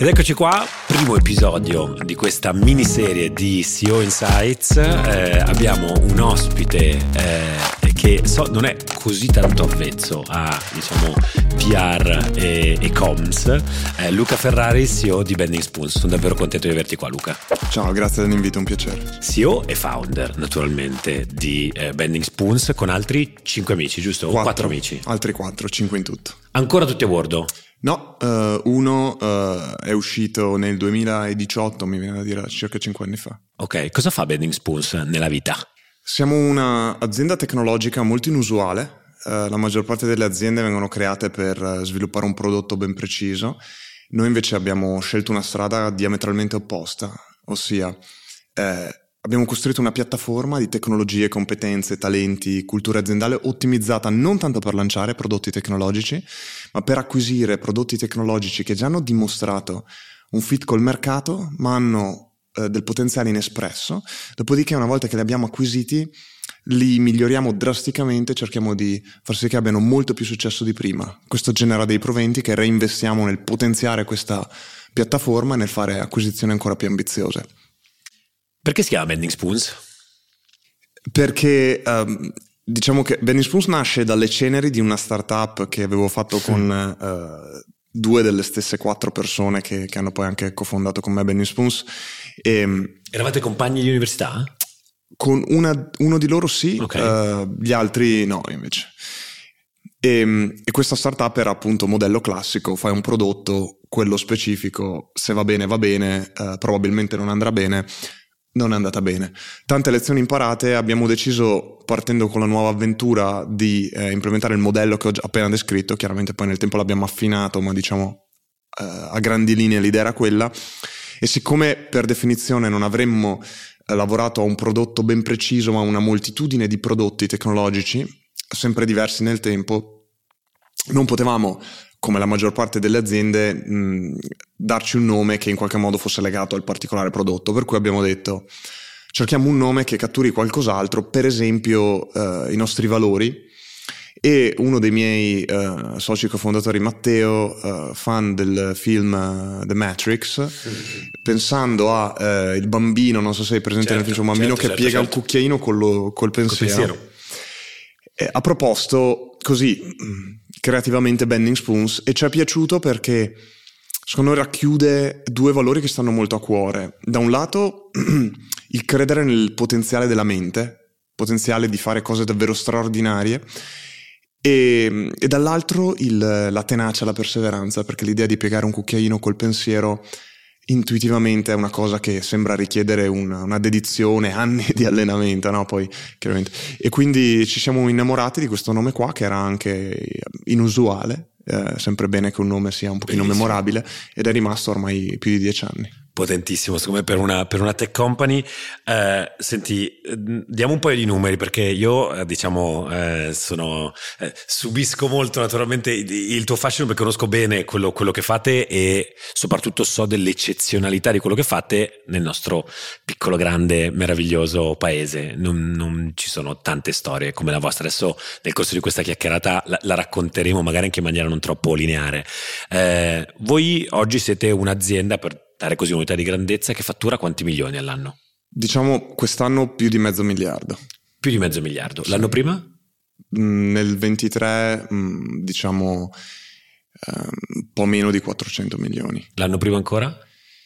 Ed eccoci qua, primo episodio di questa miniserie di CEO Insights. Abbiamo un ospite che non è così tanto avvezzo a, diciamo, PR e comms, Luca Ferrari, CEO di Bending Spoons. Sono davvero contento di averti qua, Luca. Ciao, grazie dell'invito, un piacere. CEO e founder, naturalmente, di Bending Spoons, con altri 5 amici, giusto? 4 amici. Altri 4, 5 in tutto. Ancora tutti a bordo? No, uno è uscito nel 2018, mi viene da dire circa 5 anni fa. Ok, cosa fa Bending Spoons nella vita? Siamo un'azienda tecnologica molto inusuale. La maggior parte delle aziende vengono create per sviluppare un prodotto ben preciso. Noi invece abbiamo scelto una strada diametralmente opposta, ossia abbiamo costruito una piattaforma di tecnologie, competenze, talenti, cultura aziendale ottimizzata non tanto per lanciare prodotti tecnologici, ma per acquisire prodotti tecnologici che già hanno dimostrato un fit col mercato, ma hanno del potenziale inespresso. Dopodiché, una volta che li abbiamo acquisiti, li miglioriamo drasticamente, cerchiamo di far sì che abbiano molto più successo di prima. Questo genera dei proventi che reinvestiamo nel potenziare questa piattaforma e nel fare acquisizioni ancora più ambiziose. Perché si chiama Bending Spoons? Perché diciamo che Bending Spoons nasce dalle ceneri di una startup che avevo fatto con due delle stesse 4 persone che hanno poi anche cofondato con me Bending Spoons. Eravate compagni di università? Con uno di loro sì, okay. Gli altri no invece. E questa startup era appunto modello classico: fai un prodotto, quello specifico, se va bene, probabilmente non andrà bene. Non è andata bene. Tante lezioni imparate, abbiamo deciso, partendo con la nuova avventura, di implementare il modello che ho appena descritto. Chiaramente poi nel tempo l'abbiamo affinato, ma diciamo a grandi linee l'idea era quella. E siccome per definizione non avremmo lavorato a un prodotto ben preciso, ma a una moltitudine di prodotti tecnologici, sempre diversi nel tempo, non potevamo, come la maggior parte delle aziende, darci un nome che in qualche modo fosse legato al particolare prodotto, per cui abbiamo detto cerchiamo un nome che catturi qualcos'altro, per esempio i nostri valori. E uno dei miei soci cofondatori, Matteo, fan del film The Matrix, pensando a il bambino, non so se hai presente nel film, un bambino che piega un cucchiaino col pensiero. Ha proposto così creativamente Bending Spoons, e ci è piaciuto perché secondo me racchiude 2 valori che stanno molto a cuore. Da un lato il credere nel potenziale della mente, potenziale di fare cose davvero straordinarie, e dall'altro la tenacia, la perseveranza, perché l'idea di piegare un cucchiaino col pensiero intuitivamente è una cosa che sembra richiedere una dedizione, anni di allenamento, no? Poi chiaramente. E quindi ci siamo innamorati di questo nome qua, che era anche inusuale, sempre bene che un nome sia un pochino memorabile, ed è rimasto ormai più di 10 anni. Potentissimo, secondo me per una tech company. Senti, diamo un paio di numeri, perché io subisco molto naturalmente il tuo fascino, perché conosco bene quello che fate e soprattutto so dell'eccezionalità di quello che fate nel nostro piccolo, grande, meraviglioso paese. Non ci sono tante storie come la vostra. Adesso nel corso di questa chiacchierata la racconteremo, magari anche in maniera non troppo lineare. Voi oggi siete un'azienda, per dare così un'unità di grandezza, che fattura quanti milioni all'anno? Diciamo quest'anno più di $500 million. Più di $500 million. Sì. L'anno prima? Nel 23 diciamo un po' meno di 400 milioni. L'anno prima ancora?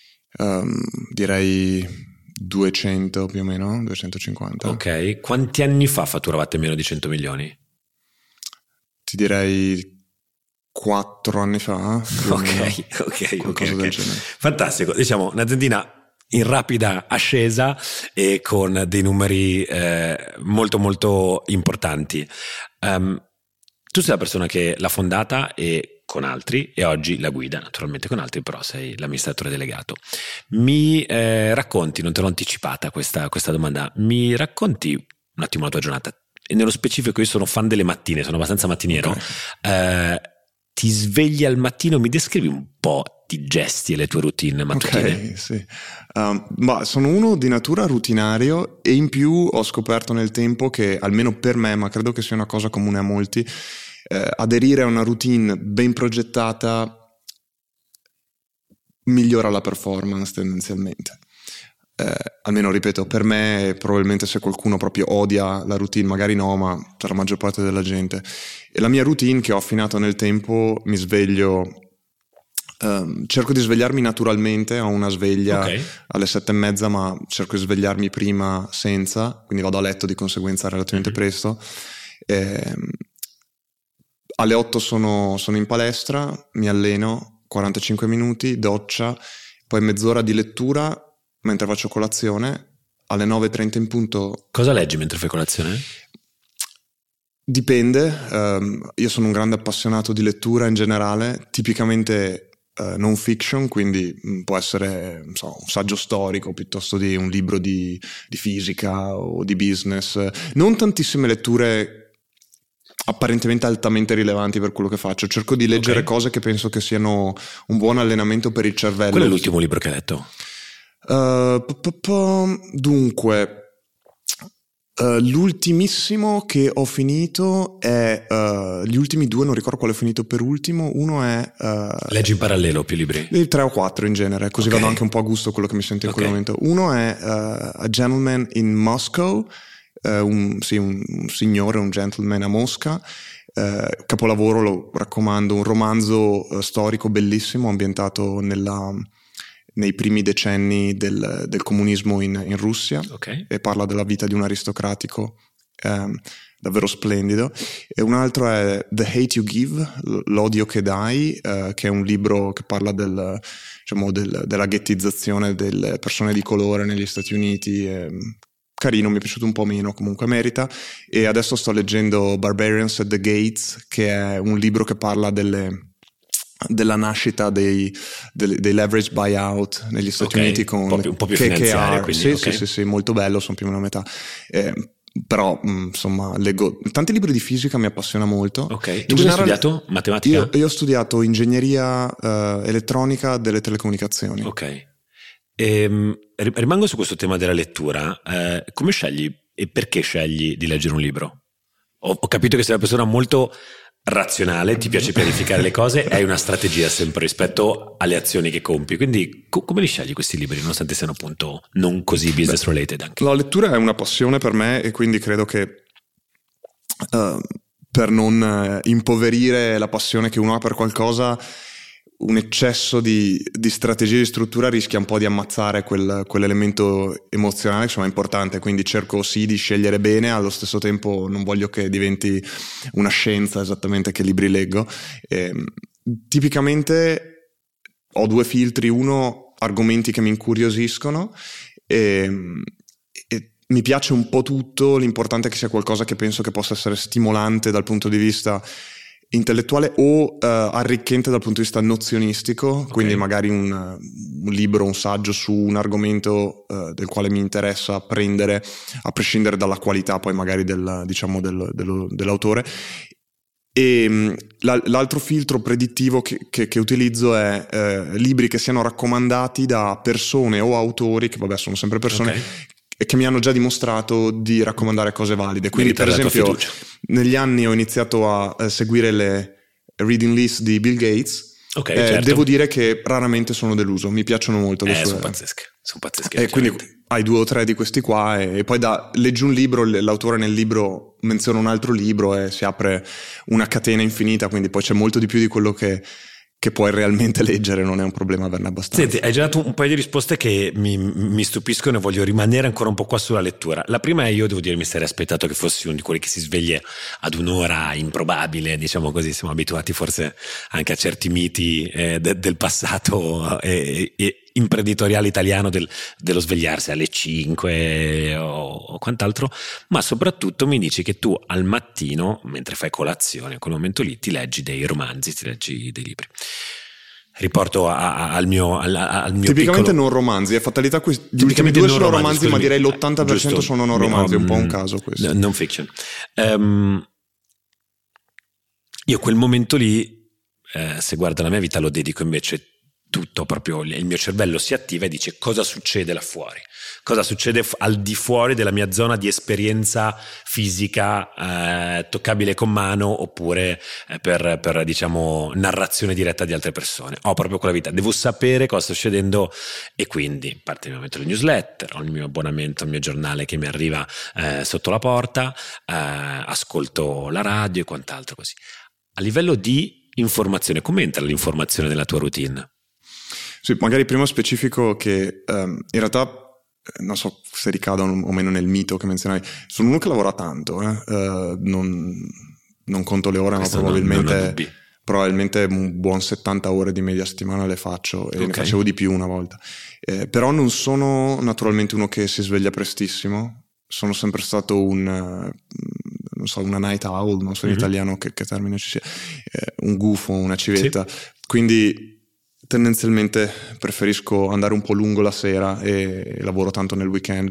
Direi 200 più o meno, 250. Ok, quanti anni fa fatturavate meno di 100 milioni? Ti direi 4 anni fa. Ok. Fantastico. Diciamo un'aziendina in rapida ascesa e con dei numeri molto molto importanti. Tu sei la persona che l'ha fondata e con altri, e oggi la guida naturalmente con altri, però sei l'amministratore delegato. Mi racconti, non te l'ho anticipata questa domanda, mi racconti un attimo la tua giornata? E nello specifico io sono fan delle mattine, sono abbastanza mattiniero. Okay. Ti svegli al mattino, mi descrivi un po' di gesti e le tue routine mattutine? Ok, sì. Ma sono uno di natura rutinario, e in più ho scoperto nel tempo che, almeno per me, ma credo che sia una cosa comune a molti, aderire a una routine ben progettata migliora la performance tendenzialmente. Almeno, ripeto, per me, probabilmente se qualcuno proprio odia la routine, magari no, ma per la maggior parte della gente. E la mia routine, che ho affinato nel tempo, mi sveglio, cerco di svegliarmi naturalmente, ho una sveglia alle 7:30, ma cerco di svegliarmi prima senza, quindi vado a letto di conseguenza relativamente presto. Alle 8 sono in palestra, mi alleno 45 minuti, doccia, poi mezz'ora di lettura mentre faccio colazione. Alle 9:30 in punto. Cosa leggi mentre fai colazione? Dipende, io sono un grande appassionato di lettura in generale, tipicamente non fiction, quindi può essere, non so, un saggio storico piuttosto di un libro di fisica o di business. Non tantissime letture apparentemente altamente rilevanti per quello che faccio, cerco di leggere cose che penso che siano un buon allenamento per il cervello. Qual è l'ultimo libro che hai letto? Dunque, l'ultimissimo che ho finito è gli ultimi due, non ricordo quale ho finito per ultimo. Uno è leggi in parallelo più libri? 3 o 4 in genere, così vado anche un po' a gusto quello che mi sento in quel momento. Uno è A Gentleman in Moscow, un signore, un gentleman a Mosca, capolavoro, lo raccomando, un romanzo storico bellissimo ambientato nei primi decenni del comunismo in Russia, e parla della vita di un aristocratico davvero splendido. E un altro è The Hate You Give, l'odio che dai, che è un libro che parla della ghettizzazione delle persone di colore negli Stati Uniti. Carino, mi è piaciuto un po' meno, comunque merita. E adesso sto leggendo Barbarians at the Gates, che è un libro che parla della nascita dei leverage buyout negli Stati Uniti, con un po' più finanziario, quindi, sì, molto bello, sono più o meno a metà. Però insomma, leggo tanti libri di fisica, mi appassiona molto. Tu cosa hai studiato? Matematica? Io ho studiato ingegneria elettronica delle telecomunicazioni. Rimango su questo tema della lettura. Come scegli e perché scegli di leggere un libro? Ho capito che sei una persona molto razionale, ti piace pianificare le cose, hai una strategia sempre rispetto alle azioni che compi, quindi come li scegli questi libri, nonostante siano appunto non così business related anche? La lettura è una passione per me, e quindi credo che per non impoverire la passione che uno ha per qualcosa, un eccesso di strategia e di struttura rischia un po' di ammazzare quell'elemento emozionale che insomma è importante. Quindi cerco di scegliere bene, allo stesso tempo non voglio che diventi una scienza esattamente che libri leggo. Tipicamente ho 2 filtri: uno, argomenti che mi incuriosiscono, e mi piace un po' tutto, l'importante è che sia qualcosa che penso che possa essere stimolante dal punto di vista intellettuale o arricchente dal punto di vista nozionistico, quindi magari un libro, un saggio su un argomento del quale mi interessa apprendere, a prescindere dalla qualità poi magari dell'autore. E l'altro filtro predittivo che utilizzo è libri che siano raccomandati da persone o autori, che vabbè sono sempre persone, e che mi hanno già dimostrato di raccomandare cose valide. Quindi per esempio negli anni ho iniziato a seguire le reading list di Bill Gates. Devo dire che raramente sono deluso, mi piacciono molto le sue. Sono pazzesche. Quindi hai 2 o 3 di questi qua, e poi leggi un libro, l'autore nel libro menziona un altro libro e si apre una catena infinita, quindi poi c'è molto di più di quello che puoi realmente leggere, non è un problema averne abbastanza. Senti, hai già dato un paio di risposte che mi stupiscono e voglio rimanere ancora un po' qua sulla lettura. La prima è: io devo dire, mi sarei aspettato che fossi uno di quelli che si sveglia ad un'ora improbabile, diciamo così. Siamo abituati forse anche a certi miti del passato imprenditoriale italiano dello svegliarsi alle 5 o quant'altro, ma soprattutto mi dici che tu al mattino, mentre fai colazione, in quel momento lì ti leggi dei romanzi, ti leggi dei libri. Riporto al mio tipicamente piccolo... non romanzi, è fatalità. Gli ultimi 2 sono romanzi, ma direi l'80% giusto, sono non romanzi, è un po' un caso questo. Non fiction. Io quel momento lì, se guardo la mia vita, lo dedico invece tutto, proprio il mio cervello si attiva e dice cosa succede là fuori, cosa succede al di fuori della mia zona di esperienza fisica, toccabile con mano, oppure per diciamo narrazione diretta di altre persone. Ho proprio quella vita, devo sapere cosa sta succedendo, e quindi parte il mio momento, le newsletter, ho il mio abbonamento al mio giornale che mi arriva sotto la porta, ascolto la radio e quant'altro così. A livello di informazione, come entra l'informazione nella tua routine? Sì, magari prima specifico che in realtà non so se ricadono o meno nel mito che menzionavi, sono uno che lavora tanto, non conto le ore, questo ma probabilmente un buon 70 ore di media settimana le faccio, e ne facevo di più una volta, però non sono naturalmente uno che si sveglia prestissimo, sono sempre stato una night owl, non so in italiano che termine ci sia, un gufo, una civetta, sì. Quindi tendenzialmente preferisco andare un po' lungo la sera e lavoro tanto nel weekend,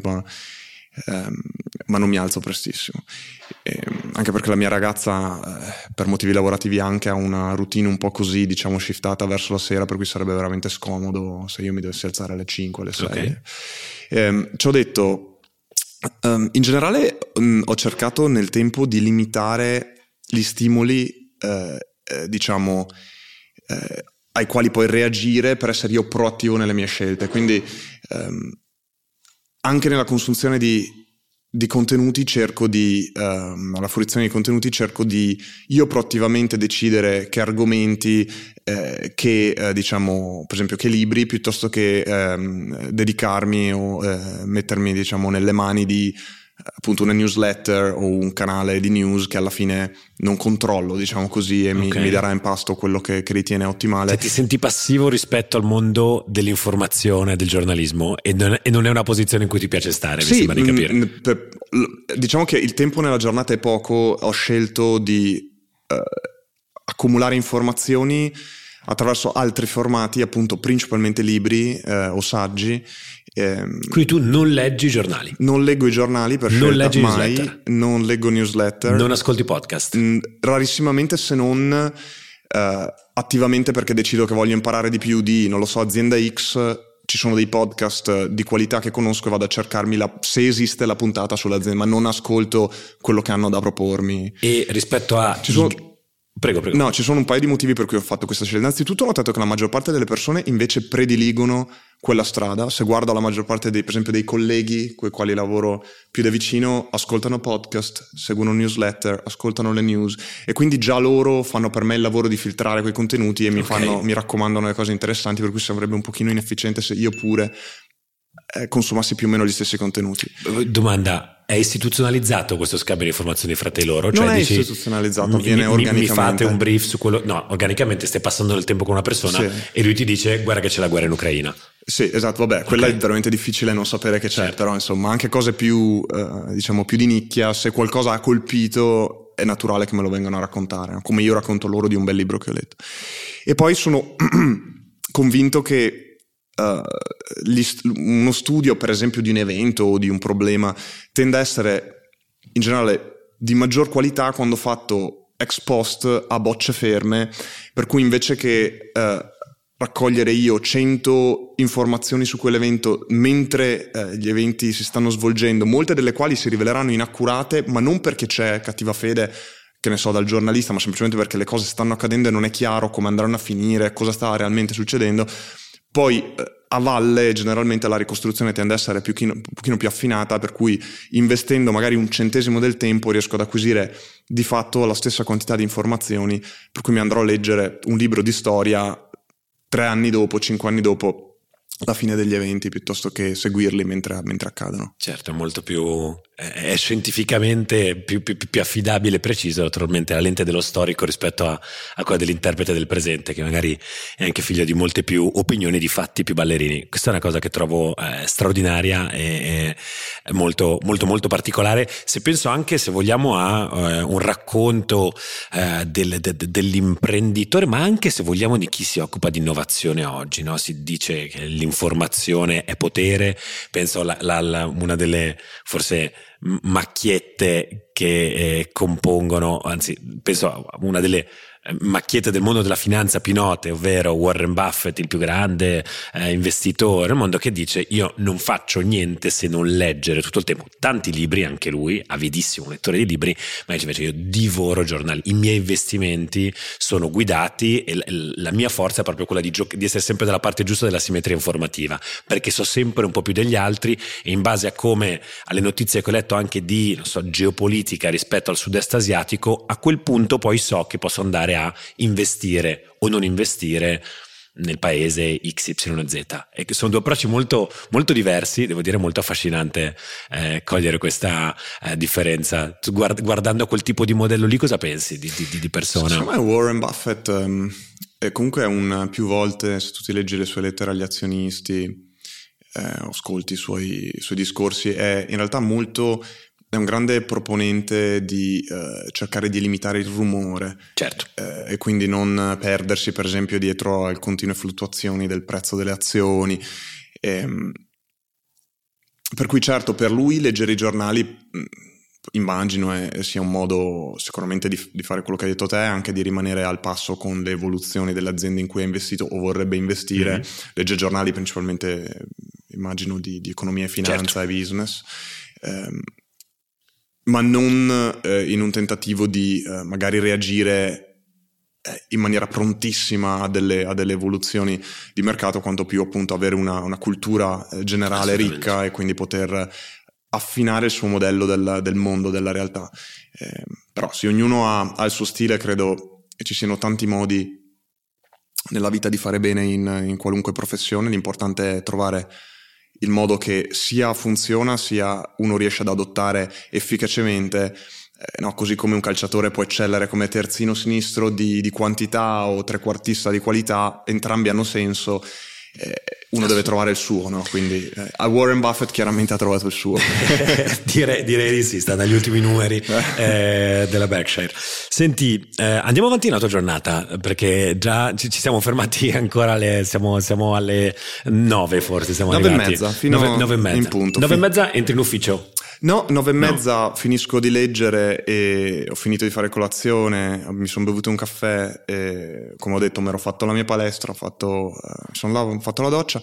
ma non mi alzo prestissimo, anche perché la mia ragazza per motivi lavorativi anche ha una routine un po' così, diciamo, shiftata verso la sera, per cui sarebbe veramente scomodo se io mi dovessi alzare alle 5, alle 6. Ci ho detto, in generale ho cercato nel tempo di limitare gli stimoli diciamo ai quali poi reagire per essere io proattivo nelle mie scelte, quindi anche nella consumazione di contenuti cerco alla fruizione di contenuti cerco di io proattivamente decidere che argomenti, diciamo per esempio che libri, piuttosto che dedicarmi o mettermi diciamo nelle mani di appunto una newsletter o un canale di news che alla fine non controllo, diciamo così, e mi darà in pasto quello che ritiene ottimale. Cioè, ti senti passivo rispetto al mondo dell'informazione, del giornalismo, e non è una posizione in cui ti piace stare, mi sembra di capire. Diciamo che il tempo nella giornata è poco, ho scelto di accumulare informazioni attraverso altri formati, appunto principalmente libri o saggi. Quindi tu non leggi i giornali? Non leggo i giornali per non scelta, leggi mai, newsletter. Non leggo newsletter. Non ascolti podcast? Rarissimamente, se non attivamente perché decido che voglio imparare di più di, non lo so, azienda X, ci sono dei podcast di qualità che conosco e vado a cercarmi se esiste la puntata sull'azienda, ma non ascolto quello che hanno da propormi. E rispetto a... Prego. No, ci sono un paio di motivi per cui ho fatto questa scelta. Innanzitutto ho notato che la maggior parte delle persone invece prediligono quella strada. Se guardo la maggior parte per esempio dei colleghi con i quali lavoro più da vicino, ascoltano podcast, seguono newsletter, ascoltano le news, e quindi già loro fanno per me il lavoro di filtrare quei contenuti e mi raccomandano le cose interessanti, per cui sembrerebbe un pochino inefficiente se io pure consumassi più o meno gli stessi contenuti. Domanda: è istituzionalizzato questo scambio di informazioni fra te e loro? Non è istituzionalizzato, avviene organicamente. Mi fate un brief su quello? No, organicamente stai passando del tempo con una persona, sì, e lui ti dice guarda che c'è la guerra in Ucraina. Sì, esatto, vabbè, quella è veramente difficile non sapere che c'è, certo. Però insomma anche cose più diciamo più di nicchia, se qualcosa ha colpito è naturale che me lo vengano a raccontare, come io racconto loro di un bel libro che ho letto. E poi sono convinto che uno studio per esempio di un evento o di un problema tende a essere in generale di maggior qualità quando fatto ex post a bocce ferme, per cui invece che raccogliere io 100 informazioni su quell'evento mentre gli eventi si stanno svolgendo, molte delle quali si riveleranno inaccurate, ma non perché c'è cattiva fede, che ne so, dal giornalista, ma semplicemente perché le cose stanno accadendo e non è chiaro come andranno a finire, cosa sta realmente succedendo. Poi a valle generalmente la ricostruzione tende ad essere un pochino più affinata, per cui investendo magari un centesimo del tempo riesco ad acquisire di fatto la stessa quantità di informazioni, per cui mi andrò a leggere un libro di storia 3 anni dopo, 5 anni dopo la fine degli eventi, piuttosto che seguirli mentre accadono. Certo, è molto più è scientificamente più affidabile e preciso, naturalmente, la lente dello storico rispetto a quella dell'interprete del presente, che magari è anche figlio di molte più opinioni, di fatti più ballerini. Questa è una cosa che trovo straordinaria e molto molto molto particolare, se penso anche, se vogliamo, a un racconto dell'imprenditore, ma anche, se vogliamo, di chi si occupa di innovazione oggi, no? Si dice che l'informazione è potere. Penso una delle forse macchiette che compongono, anzi penso a una delle macchiette del mondo della finanza più note, ovvero Warren Buffett, il più grande investitore al mondo, che dice: io non faccio niente se non leggere tutto il tempo tanti libri, anche lui avidissimo lettore di libri, ma dice invece io divoro giornali, i miei investimenti sono guidati e la mia forza è proprio quella di essere sempre dalla parte giusta della simmetria informativa, perché so sempre un po' più degli altri, e in base a come alle notizie che ho letto anche di, non so, geopolitica rispetto al sud-est asiatico, a quel punto poi so che posso andare a investire o non investire nel paese XYZ. E che sono due approcci molto, molto diversi, devo dire molto affascinante cogliere questa differenza. Tu guardando quel tipo di modello lì, cosa pensi di persona? Secondo me Warren Buffett comunque è più volte, se tu ti leggi le sue lettere agli azionisti, ascolti i suoi discorsi, è in realtà è un grande proponente di cercare di limitare il rumore. Certo. E quindi non perdersi, per esempio, dietro alle continue fluttuazioni del prezzo delle azioni. Per cui certo, per lui leggere i giornali immagino sia un modo sicuramente di fare quello che hai detto te, anche di rimanere al passo con le evoluzioni delle aziende in cui ha investito o vorrebbe investire. Legge giornali principalmente, immagino, di economia e finanza, certo, e business. Ma non in un tentativo di magari reagire in maniera prontissima a delle evoluzioni di mercato, quanto più appunto avere una cultura generale ricca e quindi poter affinare il suo modello del mondo, della realtà. Però sì, ognuno ha il suo stile, credo che ci siano tanti modi nella vita di fare bene in qualunque professione, l'importante è trovare il modo che sia funziona, sia uno riesce ad adottare efficacemente, no? Così come un calciatore può eccellere come terzino sinistro di quantità o trequartista di qualità, entrambi hanno senso, uno deve trovare il suo, no? Quindi Warren Buffett chiaramente ha trovato il suo. direi di sì, sta dagli ultimi numeri della Berkshire. Senti, andiamo avanti nella tua giornata, perché già ci siamo fermati ancora siamo alle 9 forse, siamo 9 arrivati. E mezza, fino 9 e mezza. In punto. 9 e mezza entri in ufficio? No, 9 e mezza finisco di leggere e ho finito di fare colazione, mi sono bevuto un caffè e, come ho detto, mi ero fatto la mia palestra, ho fatto la doccia,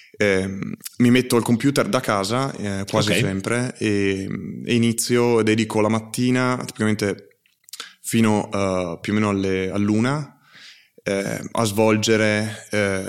mi metto al computer da casa quasi sempre e dedico la mattina tipicamente fino più o meno all'1 a svolgere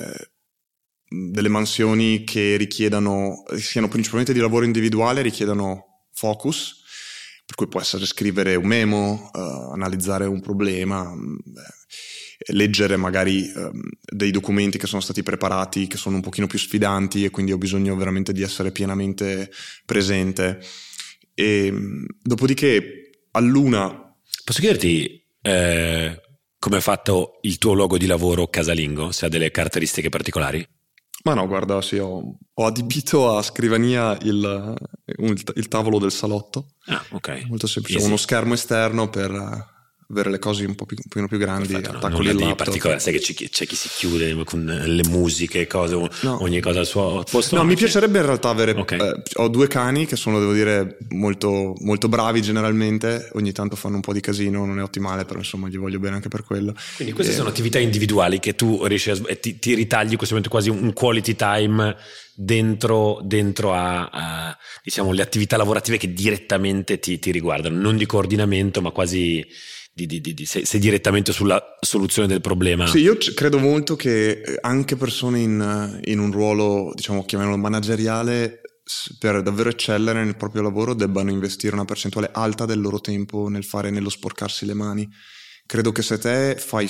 delle mansioni che siano principalmente di lavoro individuale, richiedano focus, per cui può essere scrivere un memo, analizzare un problema, leggere magari dei documenti che sono stati preparati, che sono un pochino più sfidanti e quindi ho bisogno veramente di essere pienamente presente. E dopodiché all'1... Posso chiederti come è fatto il tuo luogo di lavoro casalingo, se ha delle caratteristiche particolari? Ma no, guarda, sì, ho adibito a scrivania il tavolo del salotto. Ah, ok. Molto semplice, uno schermo esterno per avere le cose un pochino più grandi. Perfetto, attacco lì il laptop. Particolare, sai che c'è chi si chiude con le musiche, cose, ogni cosa al suo posto. No, mi piacerebbe in realtà avere. Ho 2 cani che sono, devo dire, molto, molto bravi generalmente. Ogni tanto fanno un po' di casino, non è ottimale, però insomma gli voglio bene anche per quello. Quindi queste sono attività individuali che tu riesci ti ritagli in questo momento quasi un quality time dentro a diciamo le attività lavorative che direttamente ti riguardano, non di coordinamento, ma quasi sei direttamente sulla soluzione del problema. Sì, io credo molto che anche persone in un ruolo, diciamo, chiamiamolo manageriale, per davvero eccellere nel proprio lavoro debbano investire una percentuale alta del loro tempo nello sporcarsi le mani. Credo che se te fai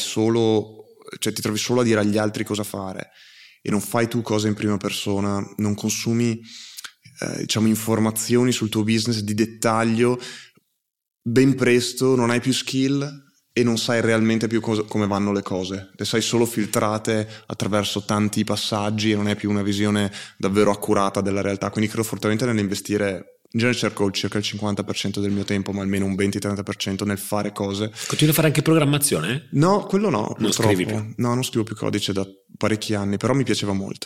ti trovi solo a dire agli altri cosa fare e non fai tu cose in prima persona, non consumi diciamo informazioni sul tuo business di dettaglio, ben presto non hai più skill e non sai realmente più come vanno le cose, le sai solo filtrate attraverso tanti passaggi e non hai più una visione davvero accurata della realtà. Quindi credo fortemente nell'investire, in genere cerco circa il 50% del mio tempo, ma almeno un 20-30% nel fare cose. Continui a fare anche programmazione? No, quello no. Non scrivi più? No, non scrivo più codice da parecchi anni, però mi piaceva molto.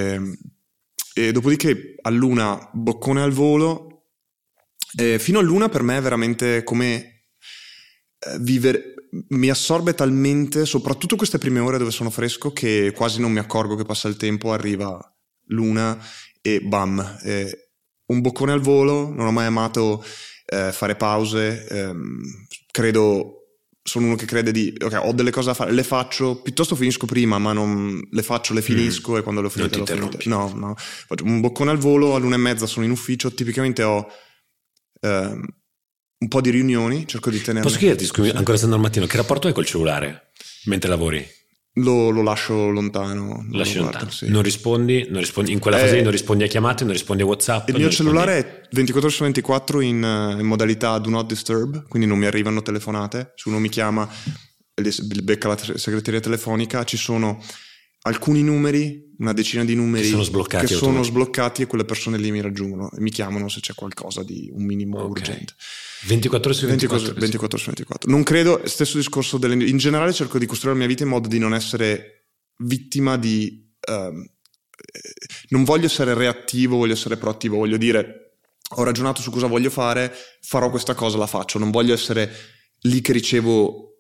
E dopodiché all'1 boccone al volo. Fino all'1 per me è veramente come mi assorbe talmente, soprattutto queste prime ore dove sono fresco, che quasi non mi accorgo che passa il tempo, arriva l'una e bam, un boccone al volo. Non ho mai amato fare pause, credo, sono uno che crede ok, ho delle cose da fare, le faccio, piuttosto finisco prima, ma non le faccio, le finisco e quando le ho finite le ho finite. No, faccio un boccone al volo, all'1:30 sono in ufficio, tipicamente ho un po' di riunioni, cerco di tenere. Posso chiederti, scusi, ancora essendo al mattino, che rapporto hai col cellulare mentre lavori? Lo lascio lontano. Lasci lontano. Sì. Non rispondi in quella fase, non rispondi a chiamate, non rispondi a WhatsApp. Il mio cellulare è 24/24 in modalità do not disturb, quindi non mi arrivano telefonate. Se uno mi chiama, becca la segreteria telefonica. Ci sono alcuni numeri, una decina di numeri che sono sbloccati e quelle persone lì mi raggiungono e mi chiamano se c'è qualcosa di un minimo urgente. 24/24. Non credo, stesso discorso in generale cerco di costruire la mia vita in modo di non essere vittima di non voglio essere reattivo, voglio essere proattivo, voglio dire ho ragionato su cosa voglio fare, farò questa cosa, la faccio, non voglio essere lì che ricevo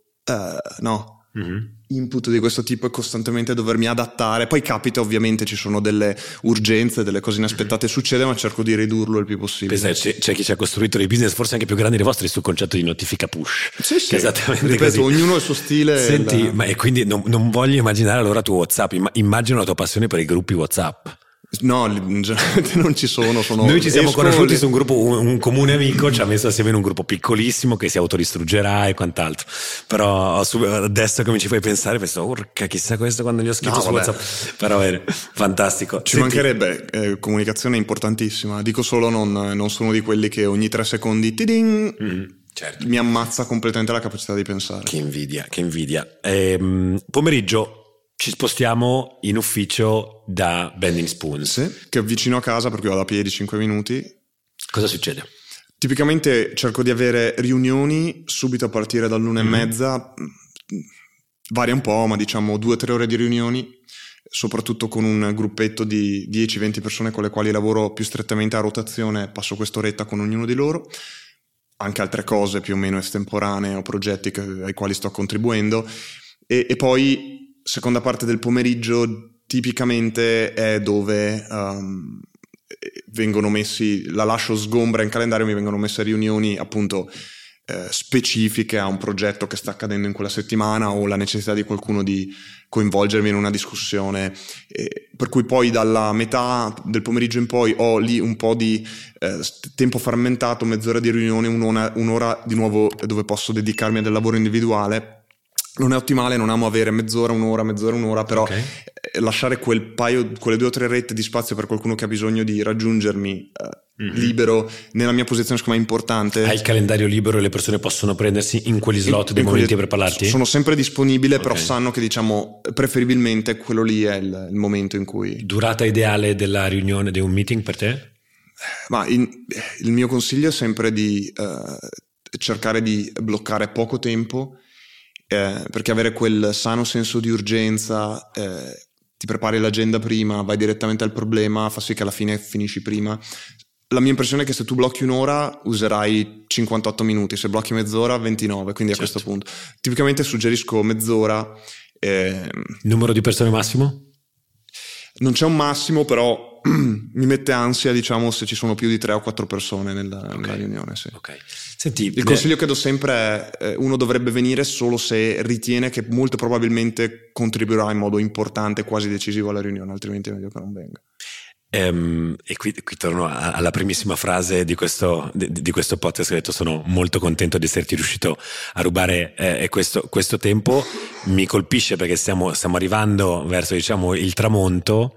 input di questo tipo e costantemente dovermi adattare. Poi capita, ovviamente ci sono delle urgenze, delle cose inaspettate, succede, ma cerco di ridurlo il più possibile. C'è chi ci ha costruito dei business forse anche più grandi dei vostri sul concetto di notifica push. Sì. Esattamente. Ripeto, ognuno ha il suo stile. Senti, e quindi non voglio immaginare allora tu WhatsApp, immagino la tua passione per i gruppi WhatsApp. No, non ci sono. Noi ci siamo conosciuti su un gruppo, un comune amico ci ha messo assieme in un gruppo piccolissimo che si autodistruggerà e quant'altro. Però adesso che mi ci fai pensare penso, urca, chissà questo quando gli ho scritto su WhatsApp. Però bene, fantastico. Ci mancherebbe, comunicazione importantissima. Dico solo non sono di quelli che ogni 3 secondi certo. Mi ammazza completamente la capacità di pensare. Che invidia. Pomeriggio ci spostiamo in ufficio da Bending Spoons. Sì, che è vicino a casa, perché vado a piedi 5 minuti. Cosa succede? Tipicamente cerco di avere riunioni subito a partire dall'1:30. Varia un po', ma diciamo 2-3 ore di riunioni, soprattutto con un gruppetto di 10-20 persone con le quali lavoro più strettamente a rotazione. Passo quest'oretta con ognuno di loro. Anche altre cose più o meno estemporanee o progetti ai quali sto contribuendo. E poi seconda parte del pomeriggio tipicamente è dove vengono messi, la lascio sgombra in calendario, mi vengono messe riunioni appunto specifiche a un progetto che sta accadendo in quella settimana o la necessità di qualcuno di coinvolgermi in una discussione, per cui poi dalla metà del pomeriggio in poi ho lì un po' di tempo frammentato, mezz'ora di riunione, un'ora di nuovo dove posso dedicarmi a del lavoro individuale. Non è ottimale, non amo avere mezz'ora, un'ora, però lasciare quelle 2 o 3 rette di spazio per qualcuno che ha bisogno di raggiungermi libero nella mia posizione, secondo me è importante. Hai il calendario libero e le persone possono prendersi in quegli slot dei momenti per parlarti? Sono sempre disponibile, però sanno che diciamo preferibilmente quello lì è il momento in cui... Durata ideale della riunione, di un meeting per te? Ma il mio consiglio è sempre di cercare di bloccare poco tempo, perché avere quel sano senso di urgenza, ti prepari l'agenda prima, vai direttamente al problema, fa sì che alla fine finisci prima. La mia impressione è che se tu blocchi un'ora userai 58 minuti, se blocchi mezz'ora 29, quindi a questo punto tipicamente suggerisco mezz'ora. Numero di persone massimo? Non c'è un massimo, però mi mette ansia, diciamo, se ci sono più di 3 o 4 persone nella riunione. Sì. Senti, il consiglio che do sempre è uno dovrebbe venire solo se ritiene che molto probabilmente contribuirà in modo importante, quasi decisivo alla riunione, altrimenti è meglio che non venga. E qui torno alla primissima frase di questo podcast che ho detto: sono molto contento di esserti riuscito a rubare questo tempo. Mi colpisce perché stiamo arrivando verso, diciamo, il tramonto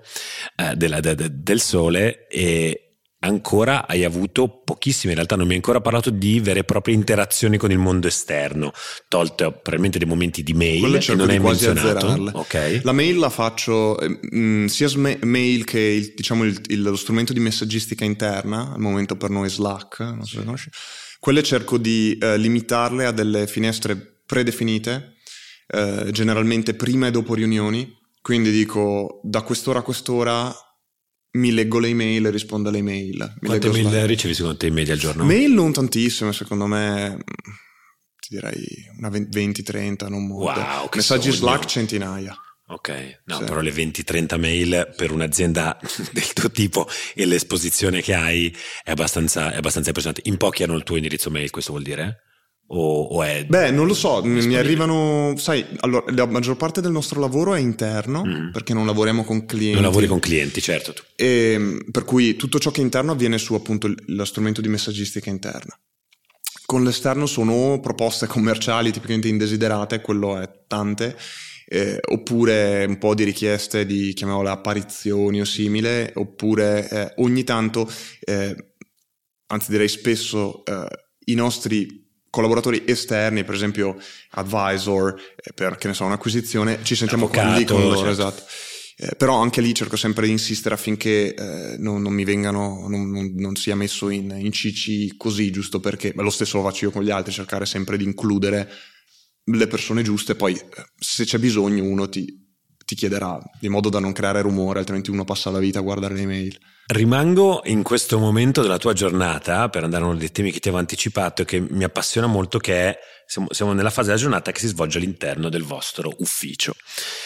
del sole, e ancora hai avuto pochissime, in realtà non mi hai ancora parlato di vere e proprie interazioni con il mondo esterno, tolto probabilmente dei momenti di mail che non hai menzionato. Okay. La mail la faccio sia mail che lo strumento di messaggistica interna, al momento per noi Slack, non so se conosci. Quelle cerco di limitarle a delle finestre predefinite, generalmente prima e dopo riunioni, quindi dico da quest'ora a quest'ora mi leggo le email e rispondo alle email. Quante mail ricevi secondo te in media al giorno? Mail non tantissime, secondo me ti direi una 20-30, non molto. Wow, messaggi sogno. Slack centinaia. Ok, no, sì. Però le 20-30 mail per un'azienda del tuo tipo e l'esposizione che hai è abbastanza impressionante. In pochi hanno il tuo indirizzo mail, questo vuol dire? O è... Beh, non lo so, mi arrivano, sai, allora, la maggior parte del nostro lavoro è interno, perché non lavoriamo con clienti. Non lavori con clienti, certo. E, per cui tutto ciò che è interno avviene su appunto lo strumento di messaggistica interna. Con l'esterno sono proposte commerciali tipicamente indesiderate, quello è tante, oppure un po' di richieste di, chiamiamole, apparizioni o simile, oppure ogni tanto, anzi direi spesso, i nostri collaboratori esterni, per esempio advisor, per che ne so, un'acquisizione, ci sentiamo lì con loro, certo. Esatto. Però anche lì cerco sempre di insistere affinché non mi vengano, non sia messo in CC così, giusto perché lo stesso lo faccio io con gli altri, cercare sempre di includere le persone giuste. Poi se c'è bisogno uno ti chiederà, di modo da non creare rumore, altrimenti uno passa la vita a guardare le email. Rimango in questo momento della tua giornata per andare a uno dei temi che ti avevo anticipato e che mi appassiona molto, che è siamo nella fase della giornata che si svolge all'interno del vostro ufficio.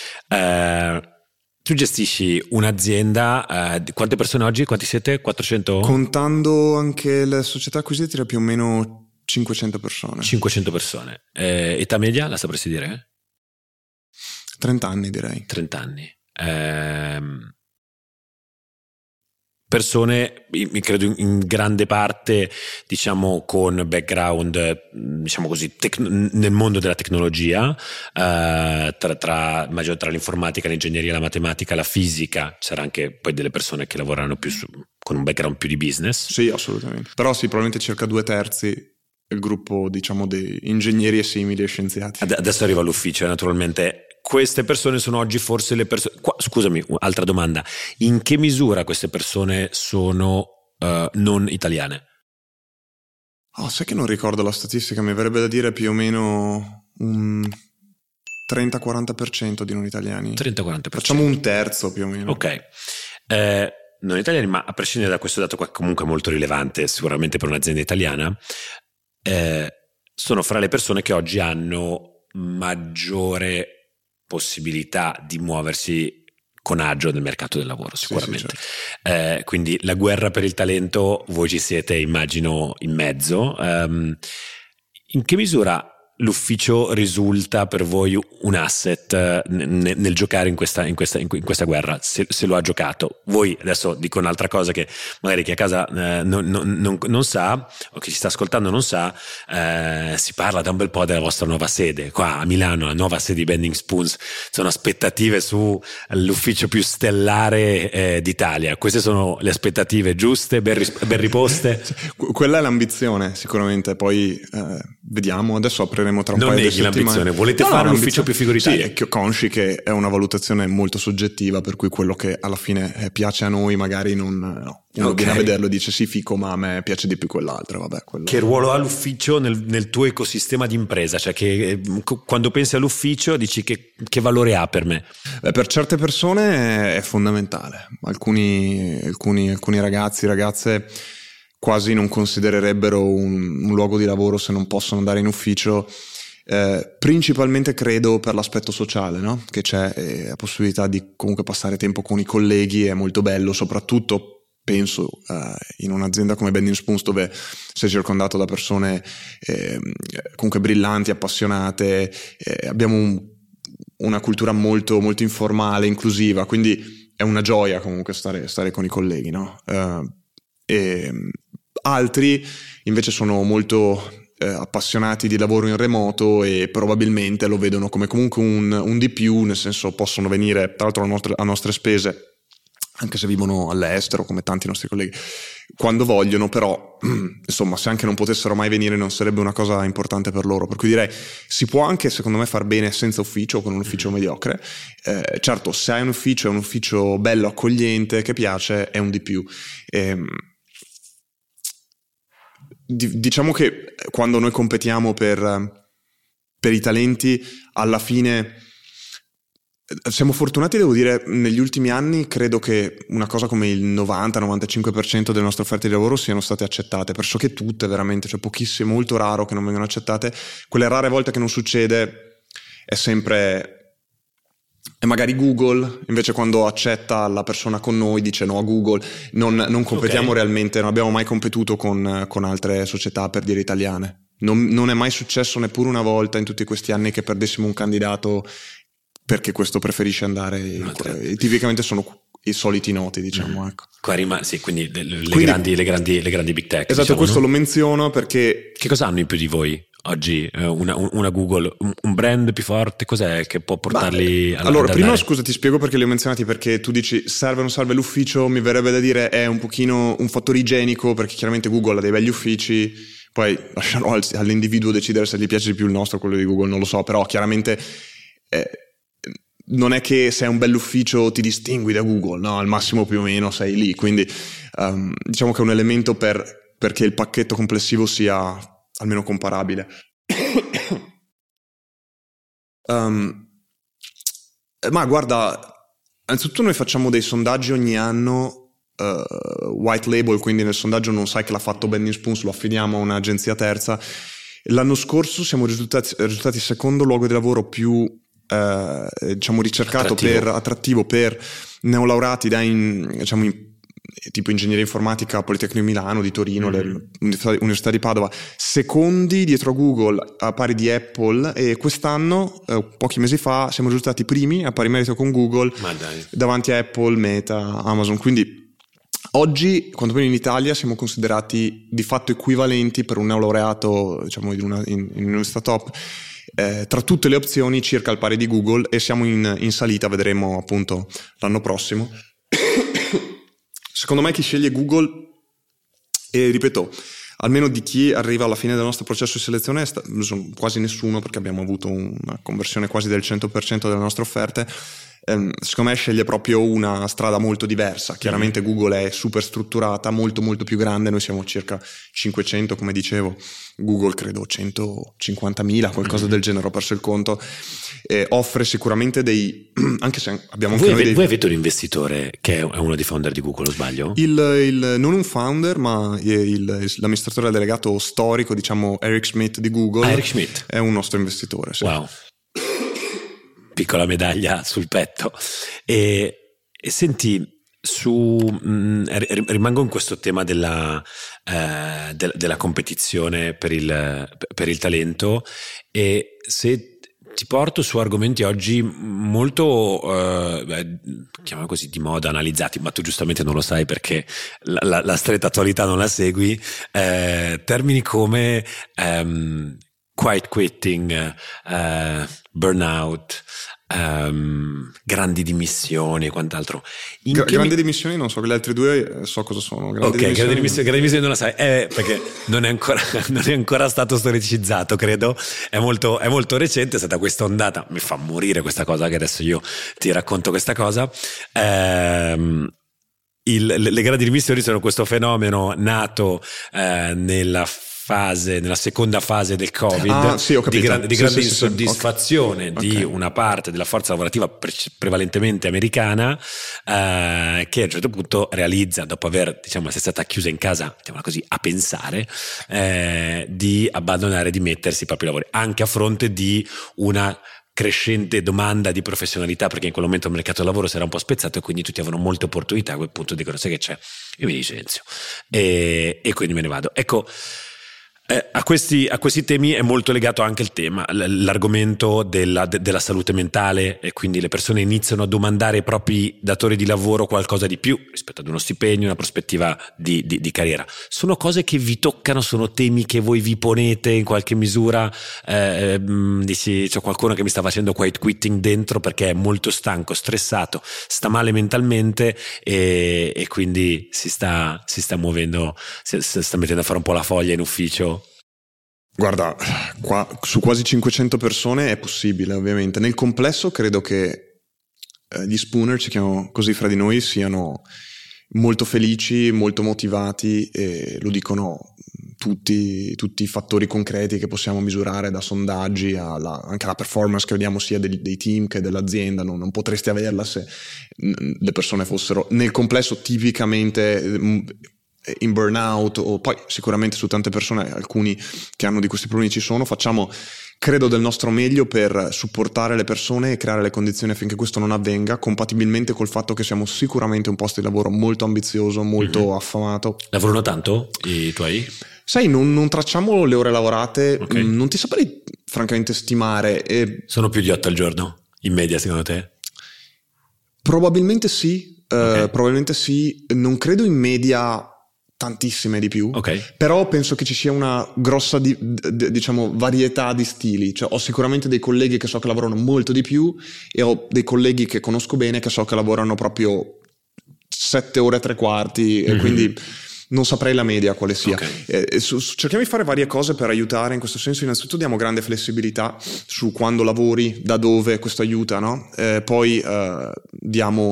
Tu gestisci un'azienda, quante persone oggi? Quanti siete? 400? Contando anche le società acquisite, più o meno 500 persone. 500 persone. Età media, la sapresti dire? 30 anni direi. 30 anni. Persone, credo in grande parte, diciamo, con background, diciamo così, nel mondo della tecnologia, immagino tra l'informatica, l'ingegneria, la matematica, la fisica. C'era anche poi delle persone che lavorano più con un background più di business. Sì, assolutamente. Però sì, probabilmente circa 2/3 il gruppo, diciamo, di ingegneri e simili e scienziati. Adesso arriva all'ufficio, naturalmente. Queste persone sono oggi forse le persone... Scusami, altra domanda. In che misura queste persone sono non italiane? Sai che non ricordo la statistica, mi verrebbe da dire più o meno un 30-40% di non italiani. 30-40%. Facciamo un terzo più o meno. Ok. Non italiani, ma a prescindere da questo dato qua, comunque molto rilevante sicuramente per un'azienda italiana, sono fra le persone che oggi hanno maggiore possibilità di muoversi con agio nel mercato del lavoro, sicuramente. Sì, certo. Quindi la guerra per il talento, voi ci siete, immagino, in mezzo. In che misura l'ufficio risulta per voi un asset nel giocare in questa guerra, se lo ha giocato? Voi, adesso dico un'altra cosa che magari chi a casa non sa, o chi ci sta ascoltando non sa, si parla da un bel po' della vostra nuova sede qua a Milano, la nuova sede di Bending Spoons. Sono aspettative su l'ufficio più stellare d'Italia. Queste sono le aspettative giuste, ben riposte? Quella è l'ambizione sicuramente, poi vediamo, adesso apriremo tra un paio di settimane. L'ambizione, volete fare un ufficio più figuritario? Sì, è consci che è una valutazione molto soggettiva, per cui quello che alla fine piace a noi magari uno viene a vederlo e dice sì, fico, ma a me piace di più quell'altro. Vabbè, Che ruolo ha l'ufficio nel tuo ecosistema di impresa? Cioè che quando pensi all'ufficio dici che valore ha per me? Per certe persone è fondamentale. Alcuni ragazzi, ragazze quasi non considererebbero un luogo di lavoro se non possono andare in ufficio, principalmente credo per l'aspetto sociale, no? Che c'è la possibilità di comunque passare tempo con i colleghi, è molto bello, soprattutto penso in un'azienda come Bending Spoons, dove sei circondato da persone comunque brillanti, appassionate, abbiamo una cultura molto, molto informale, inclusiva, quindi è una gioia comunque stare con i colleghi, no? Altri invece sono molto appassionati di lavoro in remoto e probabilmente lo vedono come comunque un di più, nel senso possono venire tra l'altro a nostre spese anche se vivono all'estero come tanti nostri colleghi quando vogliono, però insomma se anche non potessero mai venire non sarebbe una cosa importante per loro, per cui direi si può anche secondo me far bene senza ufficio o con un ufficio mediocre. Certo, se hai un ufficio è un ufficio bello, accogliente, che piace, è un di più. Diciamo che quando noi competiamo per i talenti, alla fine siamo fortunati, devo dire, negli ultimi anni credo che una cosa come il 90-95% delle nostre offerte di lavoro siano state accettate, pressoché tutte veramente, cioè pochissime, molto raro che non vengano accettate. Quelle rare volte che non succede è sempre magari Google, invece quando accetta la persona con noi dice no a Google, non competiamo realmente, non abbiamo mai competuto con altre società, per dire italiane. Non è mai successo neppure una volta in tutti questi anni che perdessimo un candidato perché questo preferisce andare tipicamente sono i soliti noti, diciamo. Ecco. Sì, quindi le grandi big tech. Esatto, diciamo, questo no? Lo menziono perché che cosa hanno in più di voi oggi? Una Google, un brand più forte, cos'è che può portarli allora, prima scusa, ti spiego perché li ho menzionati, perché tu dici serve o non serve l'ufficio, mi verrebbe da dire è un pochino un fattore igienico, perché chiaramente Google ha dei begli uffici, poi lasciano all'individuo decidere se gli piace di più il nostro o quello di Google, non lo so, però chiaramente non è che se è un bell'ufficio ti distingui da Google, no? Al massimo più o meno sei lì, quindi diciamo che è un elemento perché il pacchetto complessivo sia almeno comparabile. Ma guarda, innanzitutto noi facciamo dei sondaggi ogni anno, white label, quindi nel sondaggio non sai che l'ha fatto Bending Spoons, lo affidiamo a un'agenzia terza. L'anno scorso siamo risultati secondo luogo di lavoro più diciamo ricercato, attrattivo per neolaureati tipo ingegneria informatica, Politecnico di Milano, di Torino, l'Università di Padova, secondi dietro a Google a pari di Apple, e quest'anno pochi mesi fa siamo risultati primi a pari merito con Google davanti a Apple, Meta, Amazon. Quindi oggi, quantomeno in Italia, siamo considerati di fatto equivalenti per un neolaureato, diciamo, in un'università top, tra tutte le opzioni circa al pari di Google, e siamo in salita, vedremo appunto l'anno prossimo. Secondo me chi sceglie Google, e ripeto, almeno di chi arriva alla fine del nostro processo di selezione, quasi nessuno, perché abbiamo avuto una conversione quasi del 100% delle nostre offerte, secondo me sceglie proprio una strada molto diversa. Chiaramente Google è super strutturata, molto molto più grande, noi siamo circa 500, come dicevo, Google credo 150.000, qualcosa del genere, ho perso il conto. Offre sicuramente anche se abbiamo anche voi avete un investitore che è uno dei founder di Google, o sbaglio? Non un founder, ma l'amministratore delegato storico, diciamo, Eric Schmidt di Google. Eric Schmidt è un nostro investitore, sì. Wow, piccola medaglia sul petto. E senti, rimango in questo tema della competizione per il talento, e se ti porto su argomenti oggi molto chiamiamolo così, di moda, analizzati, ma tu giustamente non lo sai perché la stretta attualità non la segui, termini come quiet quitting, burnout, grandi dimissioni e quant'altro. Grandi dimissioni non so, le altre due so cosa sono. Grandi dimissioni non la sai, perché non è ancora stato storicizzato, credo, è molto recente, è stata questa ondata, mi fa morire questa cosa che adesso io ti racconto questa cosa. Le grandi dimissioni sono questo fenomeno nato nella seconda fase del Covid, sì, ho capito. di grande insoddisfazione di una parte della forza lavorativa prevalentemente americana, che a un certo punto realizza, dopo aver, diciamo, essere stata chiusa in casa, diciamo così, a pensare, di abbandonare, di mettersi i propri lavori, anche a fronte di una crescente domanda di professionalità, perché in quel momento il mercato del lavoro si era un po' spezzato e quindi tutti avevano molte opportunità. A quel punto dicono: sai che c'è, io mi licenzio e quindi me ne vado. Ecco, a questi temi è molto legato anche il tema, l'argomento della salute mentale, e quindi le persone iniziano a domandare ai propri datori di lavoro qualcosa di più rispetto ad uno stipendio, una prospettiva di carriera. Sono cose che vi toccano, sono temi che voi vi ponete in qualche misura? Dici, c'è qualcuno che mi sta facendo quiet quitting dentro perché è molto stanco, stressato, sta male mentalmente e quindi si sta muovendo, si sta mettendo a fare un po' la foglia in ufficio. Guarda, qua su quasi 500 persone è possibile, ovviamente. Nel complesso credo che gli spooner, ci chiamano così fra di noi, siano molto felici, molto motivati, e lo dicono tutti i fattori concreti che possiamo misurare, da sondaggi anche la performance che vediamo sia dei team che dell'azienda. Non potresti averla se le persone fossero nel complesso tipicamente in burnout, o poi sicuramente su tante persone, alcuni che hanno di questi problemi ci sono. Facciamo, credo, del nostro meglio per supportare le persone e creare le condizioni affinché questo non avvenga, compatibilmente col fatto che siamo sicuramente un posto di lavoro molto ambizioso, molto affamato. Lavorano tanto i tuoi? Sai, non tracciamo le ore lavorate, non ti saprei francamente stimare. Sono più di 8 al giorno, in media, secondo te? Probabilmente sì, non credo in media tantissime di più, però penso che ci sia una grossa diciamo varietà di stili. Cioè, ho sicuramente dei colleghi che so che lavorano molto di più e ho dei colleghi che conosco bene che so che lavorano proprio 7 ore e 3/4 e quindi non saprei la media quale sia. Cerchiamo di fare varie cose per aiutare in questo senso. Innanzitutto diamo grande flessibilità su quando lavori, da dove, questo aiuta, no? Poi diamo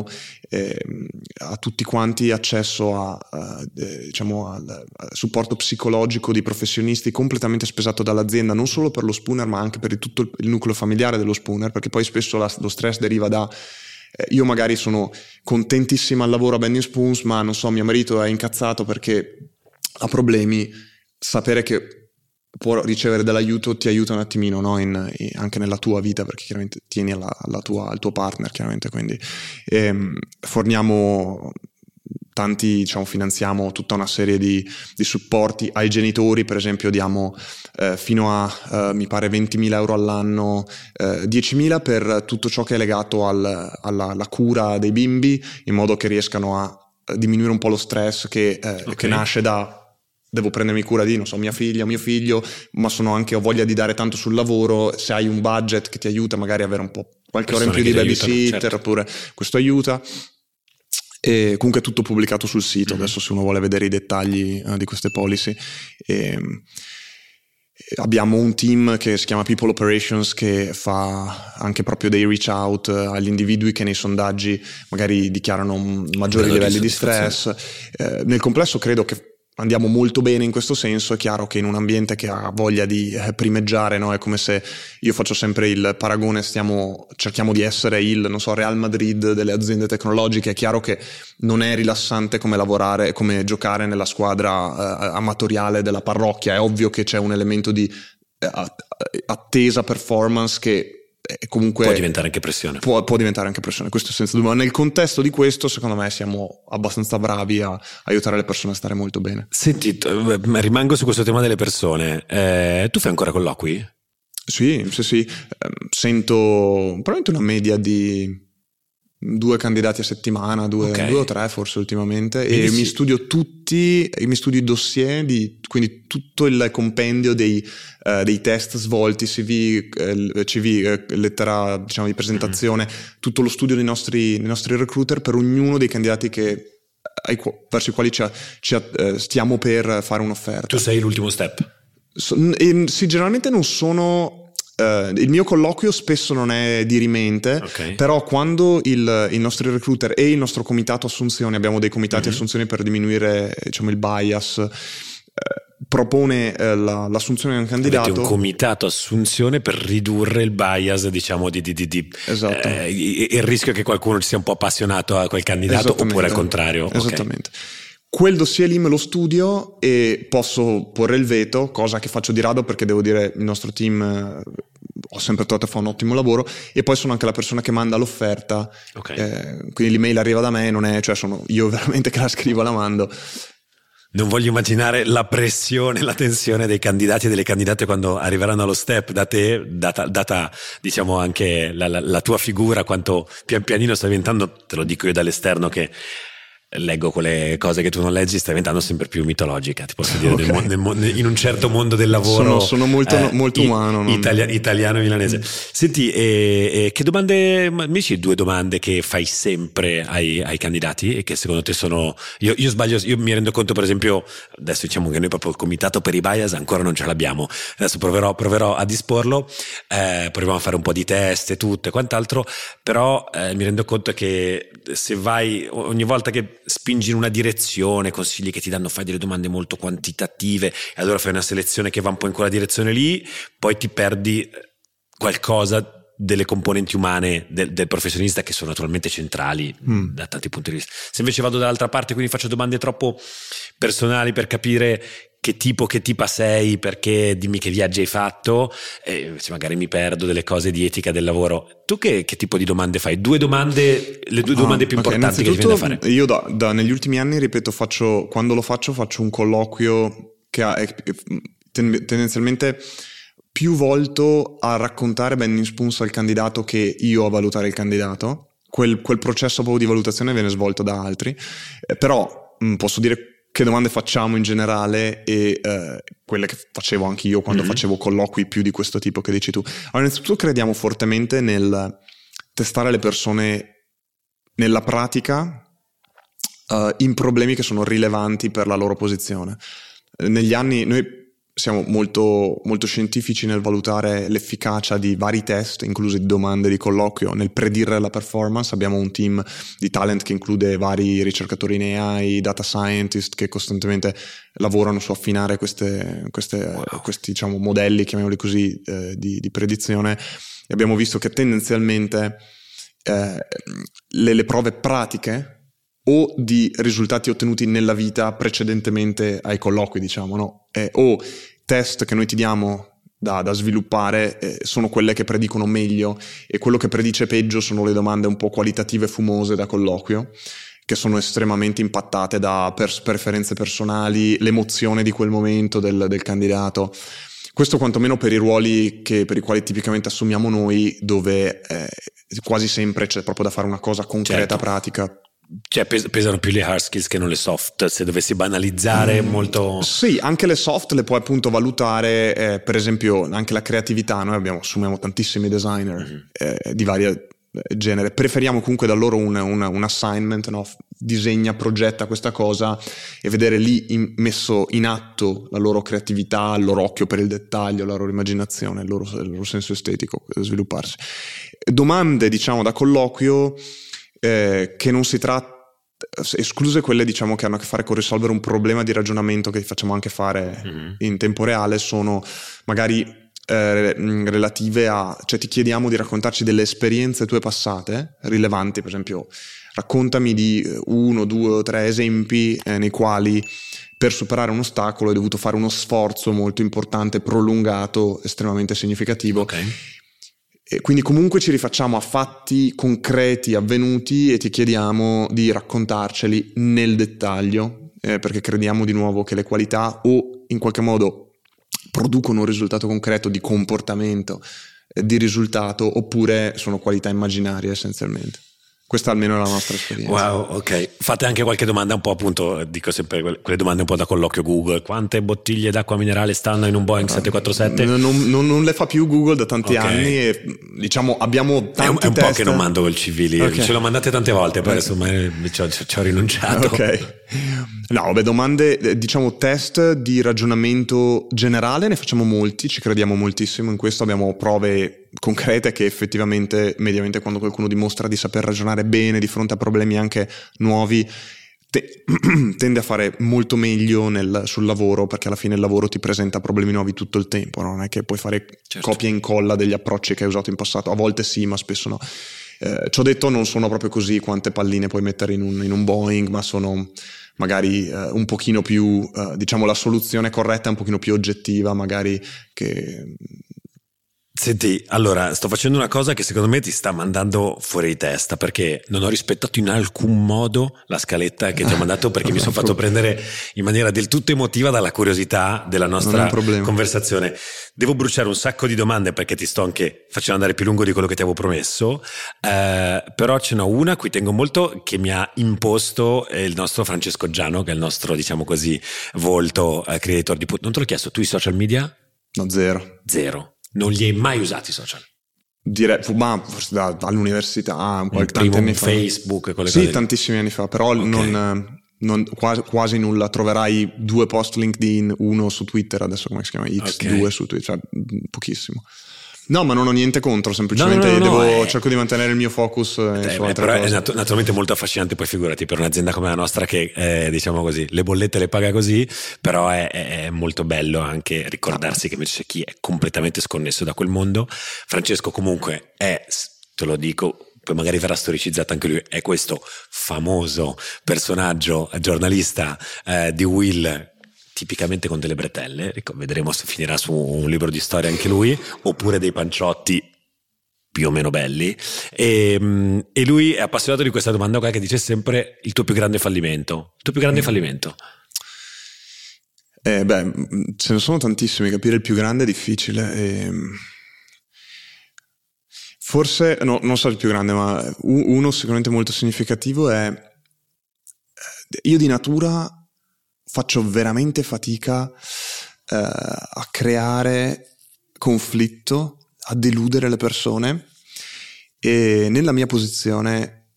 a tutti quanti accesso diciamo al supporto psicologico di professionisti completamente spesato dall'azienda, non solo per lo spooner ma anche per tutto il nucleo familiare dello spooner, perché poi spesso lo stress deriva da io magari sono contentissima al lavoro a Bending Spoons, ma non so, mio marito è incazzato perché ha problemi. Sapere che può ricevere dell'aiuto ti aiuta un attimino, no? Anche nella tua vita, perché chiaramente tieni al tuo partner, chiaramente. Quindi forniamo tanti, diciamo, finanziamo tutta una serie di supporti ai genitori. Per esempio diamo fino a mi pare 20.000 euro all'anno, 10.000 per tutto ciò che è legato alla cura dei bimbi, in modo che riescano a diminuire un po' lo stress che nasce da devo prendermi cura di, non so, mia figlia, mio figlio, ma ho voglia di dare tanto sul lavoro. Se hai un budget che ti aiuta magari avere un po' qualche ora in più di babysitter, certo. Oppure questo aiuta. E comunque è tutto pubblicato sul sito. Adesso se uno vuole vedere i dettagli di queste policy, abbiamo un team che si chiama People Operations, che fa anche proprio dei reach out agli individui che nei sondaggi magari dichiarano maggiori livelli di stress. Nel complesso credo che andiamo molto bene in questo senso. È chiaro che in un ambiente che ha voglia di primeggiare, no? È come se, io faccio sempre il paragone, cerchiamo di essere non so, Real Madrid delle aziende tecnologiche. È chiaro che non è rilassante come lavorare, come giocare nella squadra amatoriale della parrocchia. È ovvio che c'è un elemento di attesa performance che comunque può diventare anche pressione. Può diventare anche pressione, questo senza dubbio. Ma nel contesto di questo, secondo me, siamo abbastanza bravi a aiutare le persone a stare molto bene. Senti, rimango su questo tema delle persone. Tu fai ancora colloqui? Sì. Sento probabilmente una media di 2 candidati a settimana, 2 o 3 forse ultimamente. E mi studio i dossier, quindi tutto il compendio dei test svolti, CV, lettera, diciamo, di presentazione, tutto lo studio dei nostri recruiter per ognuno dei candidati verso i quali stiamo per fare un'offerta. Tu sei l'ultimo step? Sì, generalmente non sono. Il mio colloquio spesso non è dirimente, però quando i nostri recruiter e il nostro comitato assunzioni, abbiamo dei comitati assunzioni per diminuire, diciamo, il bias, propone l'assunzione di un candidato. Avete un comitato assunzione per ridurre il bias, diciamo, esatto. Il rischio che qualcuno ci sia un po' appassionato a quel candidato, oppure al contrario. Esattamente. Quel dossier lì me lo studio e posso porre il veto, cosa che faccio di rado perché devo dire il nostro team ho sempre trovato a fare un ottimo lavoro, e poi sono anche la persona che manda l'offerta, quindi l'email arriva da me, sono io veramente che la scrivo, la mando. Non voglio immaginare la pressione, la tensione dei candidati e delle candidate quando arriveranno allo step da te, data diciamo anche la tua figura, quanto pian pianino sta diventando, te lo dico io dall'esterno che leggo quelle cose che tu non leggi, sta diventando sempre più mitologica, ti posso dire, in un certo mondo del lavoro. Sono molto umano, italiano-milanese. Senti, che domande, mi dici 2 domande che fai sempre ai candidati e che secondo te sono, io sbaglio, io mi rendo conto, per esempio, adesso diciamo che noi proprio il comitato per i bias ancora non ce l'abbiamo, adesso proverò a disporlo, proviamo a fare un po' di test e tutto e quant'altro, però mi rendo conto che se vai ogni volta che spingi in una direzione, consigli che ti danno, fai delle domande molto quantitative e allora fai una selezione che va un po' in quella direzione lì, poi ti perdi qualcosa delle componenti umane del professionista, che sono naturalmente centrali da tanti punti di vista. Se invece vado dall'altra parte, quindi faccio domande troppo personali per capire che tipa sei, perché dimmi che viaggi hai fatto, magari mi perdo delle cose di etica del lavoro. Tu che tipo di domande fai? Le due domande più importanti che ti viene da fare. Io negli ultimi anni, ripeto, quando lo faccio un colloquio che è tendenzialmente più volto a raccontare bene in spunto al candidato che io a valutare il candidato. Quel processo proprio di valutazione viene svolto da altri, però posso dire che domande facciamo in generale e quelle che facevo anche io quando facevo colloqui più di questo tipo che dici tu. Allora, innanzitutto crediamo fortemente nel testare le persone nella pratica in problemi che sono rilevanti per la loro posizione. Negli anni noi siamo molto, molto scientifici nel valutare l'efficacia di vari test, incluse di domande di colloquio, nel predire la performance. Abbiamo un team di talent che include vari ricercatori in AI, data scientist, che costantemente lavorano su affinare questi diciamo, modelli, chiamiamoli così, di predizione. E abbiamo visto che tendenzialmente le prove pratiche o di risultati ottenuti nella vita precedentemente ai colloqui, diciamo, no? O test che noi ti diamo da sviluppare sono quelle che predicono meglio, e quello che predice peggio sono le domande un po' qualitative fumose da colloquio, che sono estremamente impattate da preferenze personali, l'emozione di quel momento del candidato. Questo quantomeno per i ruoli per i quali tipicamente assumiamo noi, dove quasi sempre c'è proprio da fare una cosa concreta, certo, pratica. Cioè pesano più le hard skills che non le soft, se dovessi banalizzare molto. Sì, anche le soft le puoi appunto valutare, per esempio anche la creatività. Noi assumiamo tantissimi designer di vario genere, preferiamo comunque da loro un assignment, no? Disegna, progetta questa cosa e vedere lì messo in atto la loro creatività, il loro occhio per il dettaglio, la loro immaginazione, il loro senso estetico svilupparsi. Domande, diciamo, da colloquio che non si tratta, escluse quelle, diciamo, che hanno a che fare con risolvere un problema di ragionamento che facciamo anche fare in tempo reale, sono magari relative cioè ti chiediamo di raccontarci delle esperienze tue passate rilevanti. Per esempio, raccontami di 1, 2 o 3 esempi nei quali per superare un ostacolo hai dovuto fare uno sforzo molto importante, prolungato, estremamente significativo. Ok. E quindi comunque ci rifacciamo a fatti concreti avvenuti e ti chiediamo di raccontarceli nel dettaglio, perché crediamo di nuovo che le qualità o in qualche modo producono un risultato concreto di comportamento, di risultato, oppure sono qualità immaginarie essenzialmente. Questa almeno è la nostra esperienza. Wow, ok. Fate anche qualche domanda un po', appunto, dico sempre quelle domande un po' da colloquio Google. Quante bottiglie d'acqua minerale stanno in un Boeing 747? Non le fa più Google da tanti anni e, diciamo, abbiamo tanti è un test. Po' che non mando col civili, okay. Ce l'ho mandate tante volte, poi insomma ci ho rinunciato. Ok. No, vabbè, domande, diciamo, test di ragionamento generale ne facciamo molti, ci crediamo moltissimo in questo, abbiamo prove concrete che effettivamente mediamente quando qualcuno dimostra di saper ragionare bene di fronte a problemi anche nuovi tende a fare molto meglio sul lavoro, perché alla fine il lavoro ti presenta problemi nuovi tutto il tempo, no? Non è che puoi fare copia e incolla degli approcci che hai usato in passato, a volte sì, ma spesso no. Ci ho detto, non sono proprio così quante palline puoi mettere in un Boeing, ma sono magari un pochino più, diciamo, la soluzione corretta è un pochino più oggettiva magari che... Senti, allora sto facendo una cosa che secondo me ti sta mandando fuori di testa, perché non ho rispettato in alcun modo la scaletta che ti ho mandato, perché mi sono fatto prendere in maniera del tutto emotiva dalla curiosità della nostra conversazione. Devo bruciare un sacco di domande perché ti sto anche facendo andare più lungo di quello che ti avevo promesso, però ce n'ho una a cui tengo molto, che mi ha imposto il nostro Francesco Giano, che è il nostro, diciamo così, volto creator di Put. Non te l'ho chiesto, tu i social media? No, zero. Non li hai mai usati i social? Direi, ma forse all'università, tanti anni fa. Facebook, quelle sì, cose. Tantissimi anni fa, però okay. Quasi nulla. Troverai 2 post LinkedIn, uno su Twitter, adesso come si chiama? X2 okay. Su Twitter, cioè pochissimo. No, ma non ho niente contro, semplicemente cerco di mantenere il mio focus su altre però cose. È naturalmente molto affascinante, poi figurati per un'azienda come la nostra che diciamo così, le bollette le paga così, però è molto bello anche ricordarsi che invece c'è chi è completamente sconnesso da quel mondo. Francesco comunque te lo dico, poi magari verrà storicizzato anche lui, è questo famoso personaggio giornalista di Will, tipicamente con delle bretelle, vedremo se finirà su un libro di storia anche lui, oppure dei panciotti più o meno belli, e lui è appassionato di questa domanda qua che dice sempre il tuo più grande fallimento. Il tuo più grande fallimento? Ce ne sono tantissimi, capire il più grande è difficile. Forse, no, non so il più grande, ma uno sicuramente molto significativo è io di natura faccio veramente fatica a creare conflitto, a deludere le persone, e nella mia posizione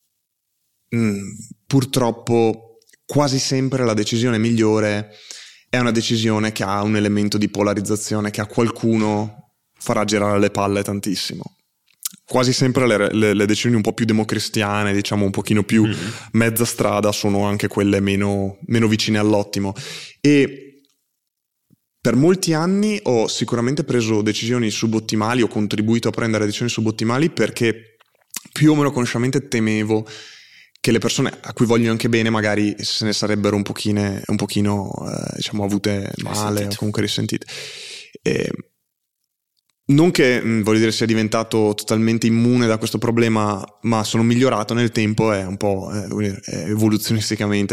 purtroppo quasi sempre la decisione migliore è una decisione che ha un elemento di polarizzazione, che a qualcuno farà girare le palle tantissimo. Quasi sempre le decisioni un po' più democristiane, diciamo un pochino più mezza strada, sono anche quelle meno vicine all'ottimo. E per molti anni ho sicuramente preso decisioni subottimali, ho contribuito a prendere decisioni subottimali perché più o meno consciamente temevo che le persone a cui voglio anche bene magari se ne sarebbero un pochino diciamo avute male o comunque risentite. Non che voglio dire sia diventato totalmente immune da questo problema, ma sono migliorato nel tempo, è un po' evoluzionisticamente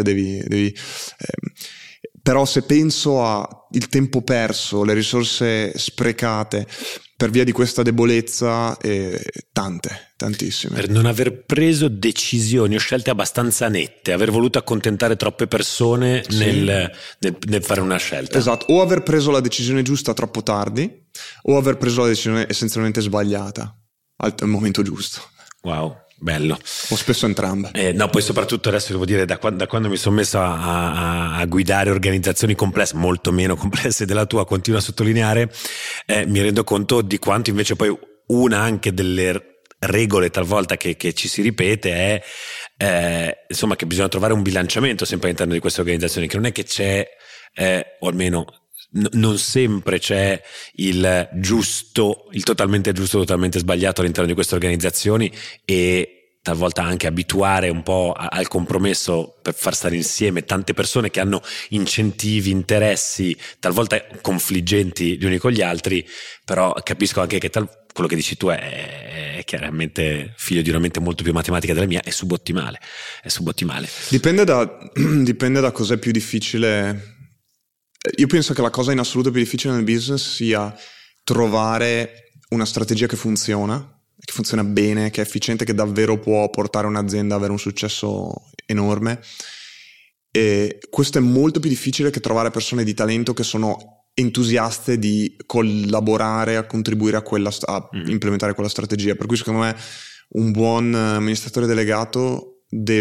però se penso al tempo perso, le risorse sprecate per via di questa debolezza, tantissime. Per non aver preso decisioni o scelte abbastanza nette, aver voluto accontentare troppe persone nel fare una scelta. Esatto, o aver preso la decisione giusta troppo tardi, o aver preso la decisione essenzialmente sbagliata al momento giusto. Wow, bello. O spesso entrambe. No, poi soprattutto adesso devo dire, da quando mi sono messo a guidare organizzazioni complesse, molto meno complesse della tua, continuo a sottolineare, mi rendo conto di quanto invece poi una anche delle regole talvolta che ci si ripete è insomma che bisogna trovare un bilanciamento sempre all'interno di queste organizzazioni, che non è che c'è o almeno non sempre c'è il giusto, il totalmente giusto, totalmente sbagliato all'interno di queste organizzazioni, e talvolta anche abituare un po' al compromesso per far stare insieme tante persone che hanno incentivi, interessi talvolta confliggenti gli uni con gli altri. Però capisco anche che quello che dici tu è chiaramente figlio di una mente molto più matematica della mia, è subottimale. Dipende da cos'è più difficile. Io penso che la cosa in assoluto più difficile nel business sia trovare una strategia che funziona bene, che è efficiente, che davvero può portare un'azienda ad avere un successo enorme. E questo è molto più difficile che trovare persone di talento che sono entusiaste di collaborare a contribuire a implementare quella strategia. Per cui secondo me un buon amministratore delegato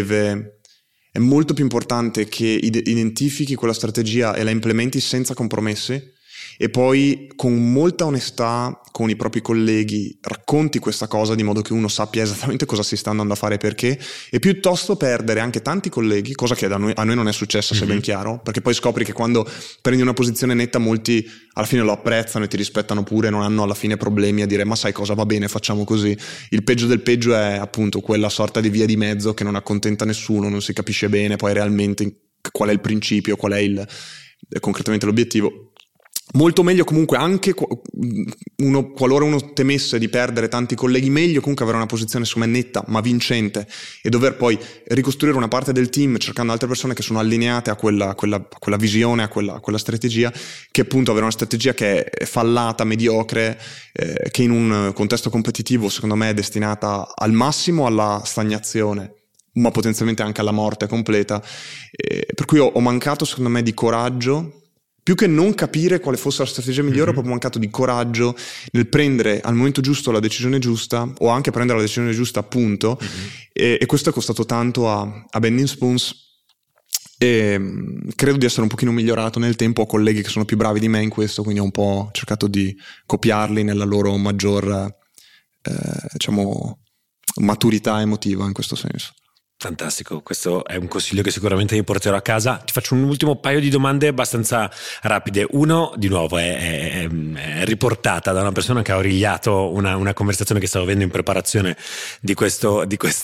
è molto più importante che identifichi quella strategia e la implementi senza compromessi, e poi con molta onestà con i propri colleghi racconti questa cosa di modo che uno sappia esattamente cosa si sta andando a fare e perché, e piuttosto perdere anche tanti colleghi, cosa che a noi non è successa, se ben chiaro, perché poi scopri che quando prendi una posizione netta molti alla fine lo apprezzano e ti rispettano pure, non hanno alla fine problemi a dire ma sai cosa, va bene, facciamo così. Il peggio del peggio è appunto quella sorta di via di mezzo che non accontenta nessuno, non si capisce bene poi realmente qual è il principio, qual è concretamente l'obiettivo. Molto meglio comunque anche qualora uno temesse di perdere tanti colleghi, meglio comunque avere una posizione secondo me netta ma vincente e dover poi ricostruire una parte del team cercando altre persone che sono allineate a quella visione, a quella strategia, che appunto avere una strategia che è fallata, mediocre, che in un contesto competitivo secondo me è destinata al massimo alla stagnazione, ma potenzialmente anche alla morte completa. Per cui ho mancato secondo me di coraggio. Più che non capire quale fosse la strategia migliore, ho proprio mancato di coraggio nel prendere al momento giusto la decisione giusta, o anche prendere la decisione giusta appunto, e questo è costato tanto a Bending Spoons, e credo di essere un pochino migliorato nel tempo. Ho colleghi che sono più bravi di me in questo, quindi ho un po' cercato di copiarli nella loro maggior diciamo maturità emotiva in questo senso. Fantastico, questo è un consiglio che sicuramente mi porterò a casa. Ti faccio un ultimo paio di domande abbastanza rapide. Uno, di nuovo, è riportata da una persona che ha origliato una conversazione che stavo avendo in preparazione di questa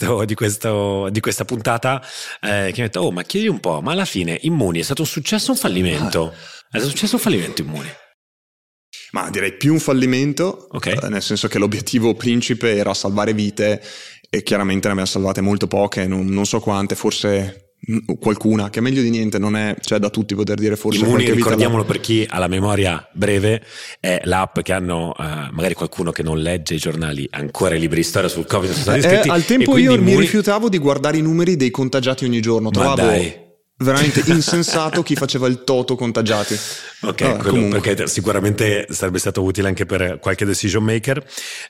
puntata, che mi ha detto: oh, ma chiedi un po', ma alla fine Immuni è stato un successo o un fallimento? È stato un successo o un fallimento Immuni? Ma direi più un fallimento, okay. Nel senso che l'obiettivo principe era salvare vite e chiaramente ne abbiamo salvate molto poche, non so quante, forse qualcuna, che è meglio di niente, non è, cioè da tutti poter dire forse. Immuni, ricordiamolo per chi ha la memoria breve, è l'app che hanno, magari qualcuno che non legge i giornali, ancora i libri di storia sul Covid sono stati scritti. Al tempo io mi rifiutavo di guardare i numeri dei contagiati ogni giorno, trovavo veramente insensato chi faceva il toto contagiati. Ok, perché sicuramente sarebbe stato utile anche per qualche decision maker.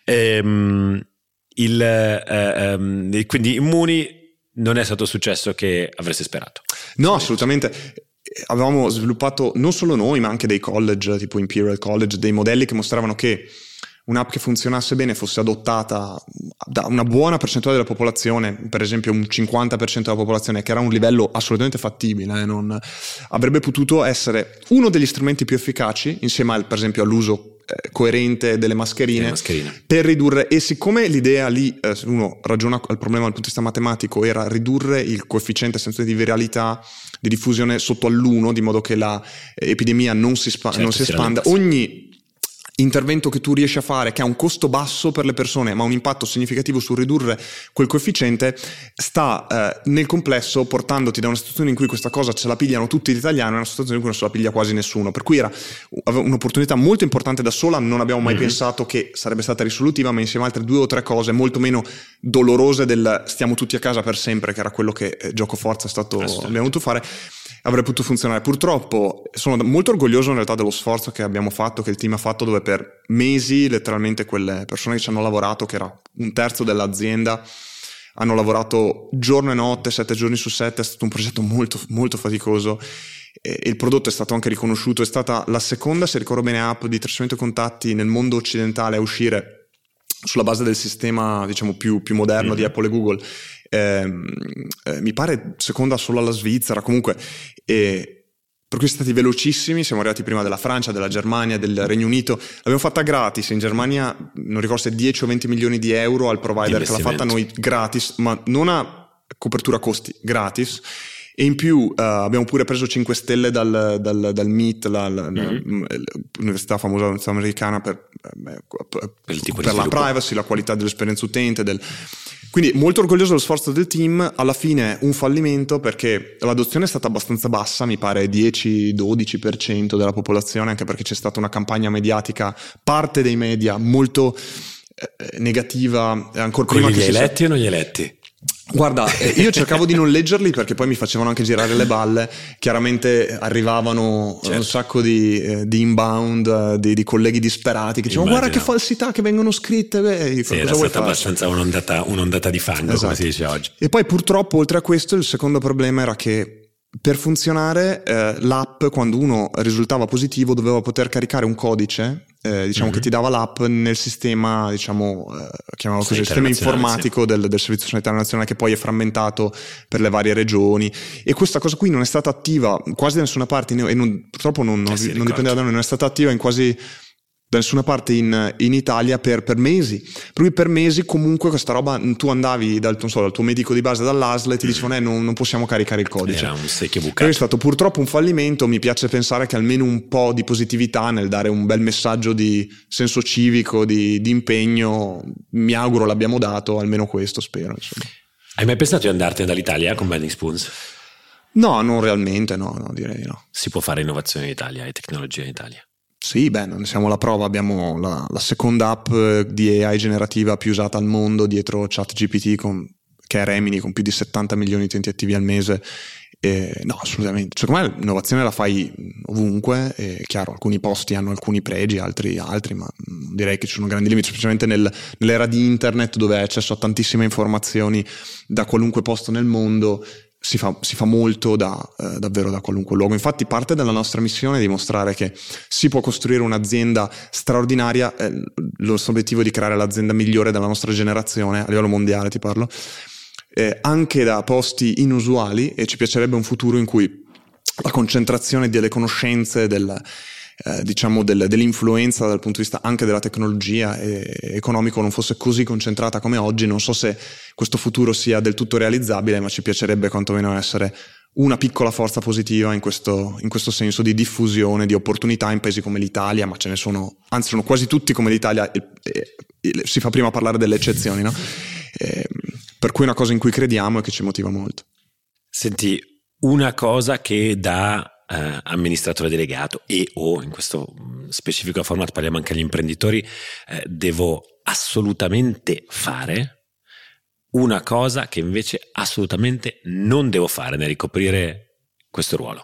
Quindi Immuni non è stato il successo che avreste sperato? No, assolutamente. Avevamo sviluppato non solo noi, ma anche dei college, tipo Imperial College, dei modelli che mostravano che un'app che funzionasse bene, fosse adottata da una buona percentuale della popolazione, per esempio un 50% della popolazione, che era un livello assolutamente fattibile, non avrebbe potuto essere uno degli strumenti più efficaci, insieme per esempio all'uso coerente delle mascherine, per ridurre. E siccome l'idea lì, se uno ragiona al problema dal punto di vista matematico, era ridurre il coefficiente di viralità, di diffusione sotto all'1, di modo che la epidemia non si espanda, ogni intervento che tu riesci a fare, che ha un costo basso per le persone ma un impatto significativo sul ridurre quel coefficiente, sta nel complesso portandoti da una situazione in cui questa cosa ce la pigliano tutti gli italiani a una situazione in cui non se la piglia quasi nessuno, per cui era un'opportunità molto importante da sola. Non abbiamo mai pensato che sarebbe stata risolutiva, ma insieme a altre 2 o 3 cose molto meno dolorose del stiamo tutti a casa per sempre, che era quello che Gioco Forza abbiamo voluto fare, avrebbe potuto funzionare. Purtroppo sono molto orgoglioso in realtà dello sforzo che abbiamo fatto, che il team ha fatto, dove per mesi letteralmente quelle persone che ci hanno lavorato, che era un terzo dell'azienda, hanno lavorato giorno e notte, 7 giorni su 7. È stato un progetto molto molto faticoso e il prodotto è stato anche riconosciuto. È stata la seconda, se ricordo bene, app di tracciamento contatti nel mondo occidentale a uscire sulla base del sistema, diciamo, più moderno di Apple e Google. Mi pare seconda solo alla Svizzera, comunque, per cui siamo stati velocissimi. Siamo arrivati prima della Francia, della Germania, del Regno Unito. L'abbiamo fatta gratis in Germania, non ricordo se 10 o 20 milioni di euro al provider che l'ha fatta noi gratis, ma non a copertura costi, gratis. E in più abbiamo pure preso 5 stelle dal MIT, l'università famosa americana, per la privacy, la qualità dell'esperienza utente, quindi molto orgoglioso dello sforzo del team. Alla fine un fallimento, perché l'adozione è stata abbastanza bassa, mi pare 10-12% della popolazione, anche perché c'è stata una campagna mediatica, parte dei media, molto negativa. Ancora prima che li hai letti o non li hai letti? Guarda, io cercavo di non leggerli perché poi mi facevano anche girare le balle. Chiaramente arrivavano un sacco di inbound, di colleghi disperati che dicevano: guarda che falsità che vengono scritte. Era stata abbastanza un'ondata di fango, come si dice oggi. E poi purtroppo, oltre a questo, il secondo problema era che per funzionare l'app, quando uno risultava positivo, doveva poter caricare un codice che ti dava l'app nel sistema, chiamiamolo così, il sistema informatico del Servizio Sanitario Nazionale, che poi è frammentato per le varie regioni. E questa cosa qui non è stata attiva quasi da nessuna parte, e purtroppo non dipendeva da noi, non è stata attiva in quasi da nessuna parte in Italia per mesi. Per cui per mesi comunque questa roba, tu andavi dal tuo medico di base, dall'ASL, e ti dicevano non possiamo caricare il codice. Era un secchio bucato. È stato purtroppo un fallimento. Mi piace pensare che almeno un po' di positività nel dare un bel messaggio di senso civico, di impegno, mi auguro l'abbiamo dato, almeno questo spero, insomma. Hai mai pensato di andartene dall'Italia con Bending Spoons? No, non realmente, no, direi di no. Si può fare innovazione in Italia e tecnologia in Italia? Sì, ne siamo alla prova. Abbiamo la seconda app di AI generativa più usata al mondo, dietro ChatGPT, che è Remini, con più di 70 milioni di utenti attivi al mese. No, assolutamente. Secondo me l'innovazione la fai ovunque. È chiaro, alcuni posti hanno alcuni pregi, altri, ma direi che ci sono grandi limiti, specialmente nell'era di internet, dove hai accesso a tantissime informazioni da qualunque posto nel mondo. si fa molto davvero da qualunque luogo. Infatti parte della nostra missione è dimostrare che si può costruire un'azienda straordinaria, il nostro obiettivo è di creare l'azienda migliore della nostra generazione, a livello mondiale ti parlo, anche da posti inusuali, e ci piacerebbe un futuro in cui la concentrazione delle conoscenze, dell'influenza dal punto di vista anche della tecnologia e economico non fosse così concentrata come oggi. Non so se questo futuro sia del tutto realizzabile, ma ci piacerebbe quantomeno essere una piccola forza positiva in questo senso di diffusione di opportunità in paesi come l'Italia, ma ce ne sono, anzi sono quasi tutti come l'Italia, si fa prima parlare delle eccezioni, no? Per cui è una cosa in cui crediamo e che ci motiva molto. Senti, una cosa che da amministratore delegato o in questo specifico format parliamo anche agli imprenditori, devo assolutamente fare, una cosa che invece assolutamente non devo fare nel ricoprire questo ruolo.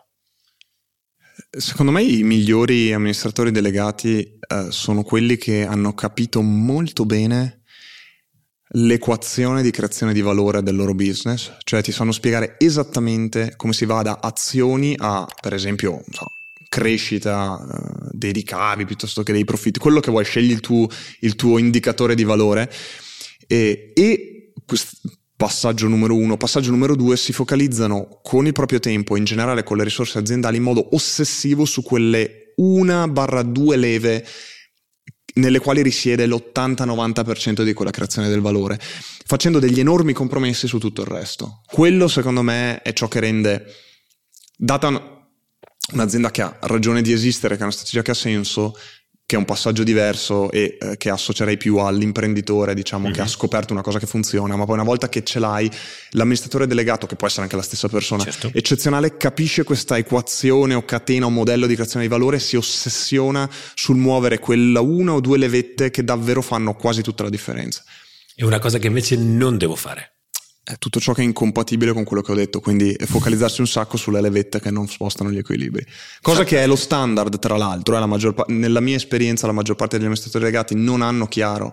Secondo me i migliori amministratori delegati sono quelli che hanno capito molto bene l'equazione di creazione di valore del loro business, cioè ti sanno spiegare esattamente come si va da azioni a, per esempio, crescita dei ricavi piuttosto che dei profitti, quello che vuoi, scegli il tuo indicatore di valore, e passaggio numero 1. Passaggio numero 2, si focalizzano con il proprio tempo, in generale con le risorse aziendali, in modo ossessivo su quelle 1/2 leve nelle quali risiede l'80-90% di quella creazione del valore, facendo degli enormi compromessi su tutto il resto. Quello secondo me è ciò che rende, data un'azienda che ha ragione di esistere, che ha una strategia che ha senso, che è un passaggio diverso e che associerei più all'imprenditore, diciamo, che ha scoperto una cosa che funziona, ma poi una volta che ce l'hai, l'amministratore delegato, che può essere anche la stessa persona, certo, eccezionale, capisce questa equazione o catena o modello di creazione di valore, si ossessiona sul muovere quella 1 o 2 levette che davvero fanno quasi tutta la differenza. È una cosa che invece non devo fare. È tutto ciò che è incompatibile con quello che ho detto, quindi focalizzarsi un sacco sulle levette che non spostano gli equilibri, cosa che è lo standard, tra l'altro. Nella mia esperienza la maggior parte degli amministratori delegati non hanno chiaro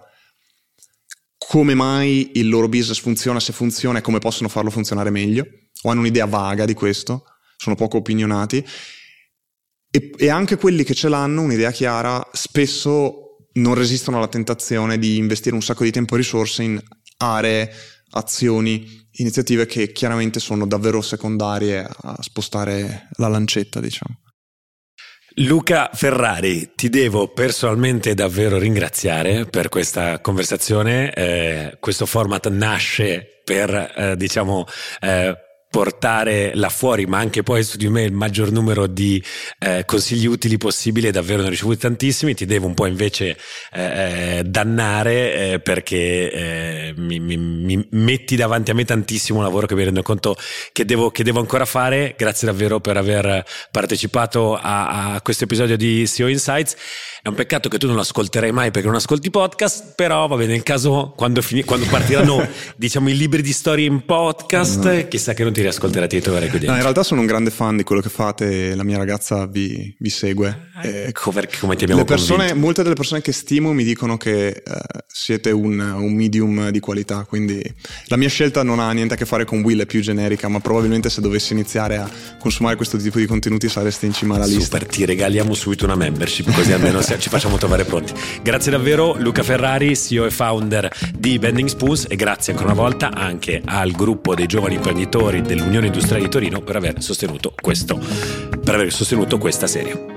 come mai il loro business funziona, se funziona, e come possono farlo funzionare meglio, o hanno un'idea vaga di questo, sono poco opinionati, e anche quelli che ce l'hanno un'idea chiara spesso non resistono alla tentazione di investire un sacco di tempo e risorse in aree, azioni, iniziative che chiaramente sono davvero secondarie a spostare la lancetta, diciamo. Luca Ferrari, ti devo personalmente davvero ringraziare per questa conversazione. Questo format nasce per portare là fuori, ma anche poi su di me, il maggior numero di consigli utili possibile. Davvero ne ho ricevuti tantissimi. Ti devo un po' invece dannare perché mi metti davanti a me tantissimo lavoro che mi rendo conto che devo ancora fare. Grazie davvero per aver partecipato a questo episodio di CEO Insights. È un peccato che tu non lo ascolterai mai perché non ascolti podcast, però va bene, nel caso quando partiranno diciamo i libri di storie in podcast, chissà che non ti riascolterai ti troverai qui dentro. No, in realtà sono un grande fan di quello che fate, la mia ragazza vi segue. Come ti abbiamo convinto? Molte delle persone che stimo mi dicono che siete un medium di qualità, quindi la mia scelta non ha niente a che fare con Will, è più generica, ma probabilmente se dovessi iniziare a consumare questo tipo di contenuti sareste in cima alla lista. Super, ti regaliamo subito una membership, così almeno ci facciamo trovare pronti. Grazie davvero Luca Ferrari, CEO e founder di Bending Spoons, e grazie ancora una volta anche al gruppo dei giovani imprenditori dell'Unione Industriale di Torino per aver sostenuto questa serie.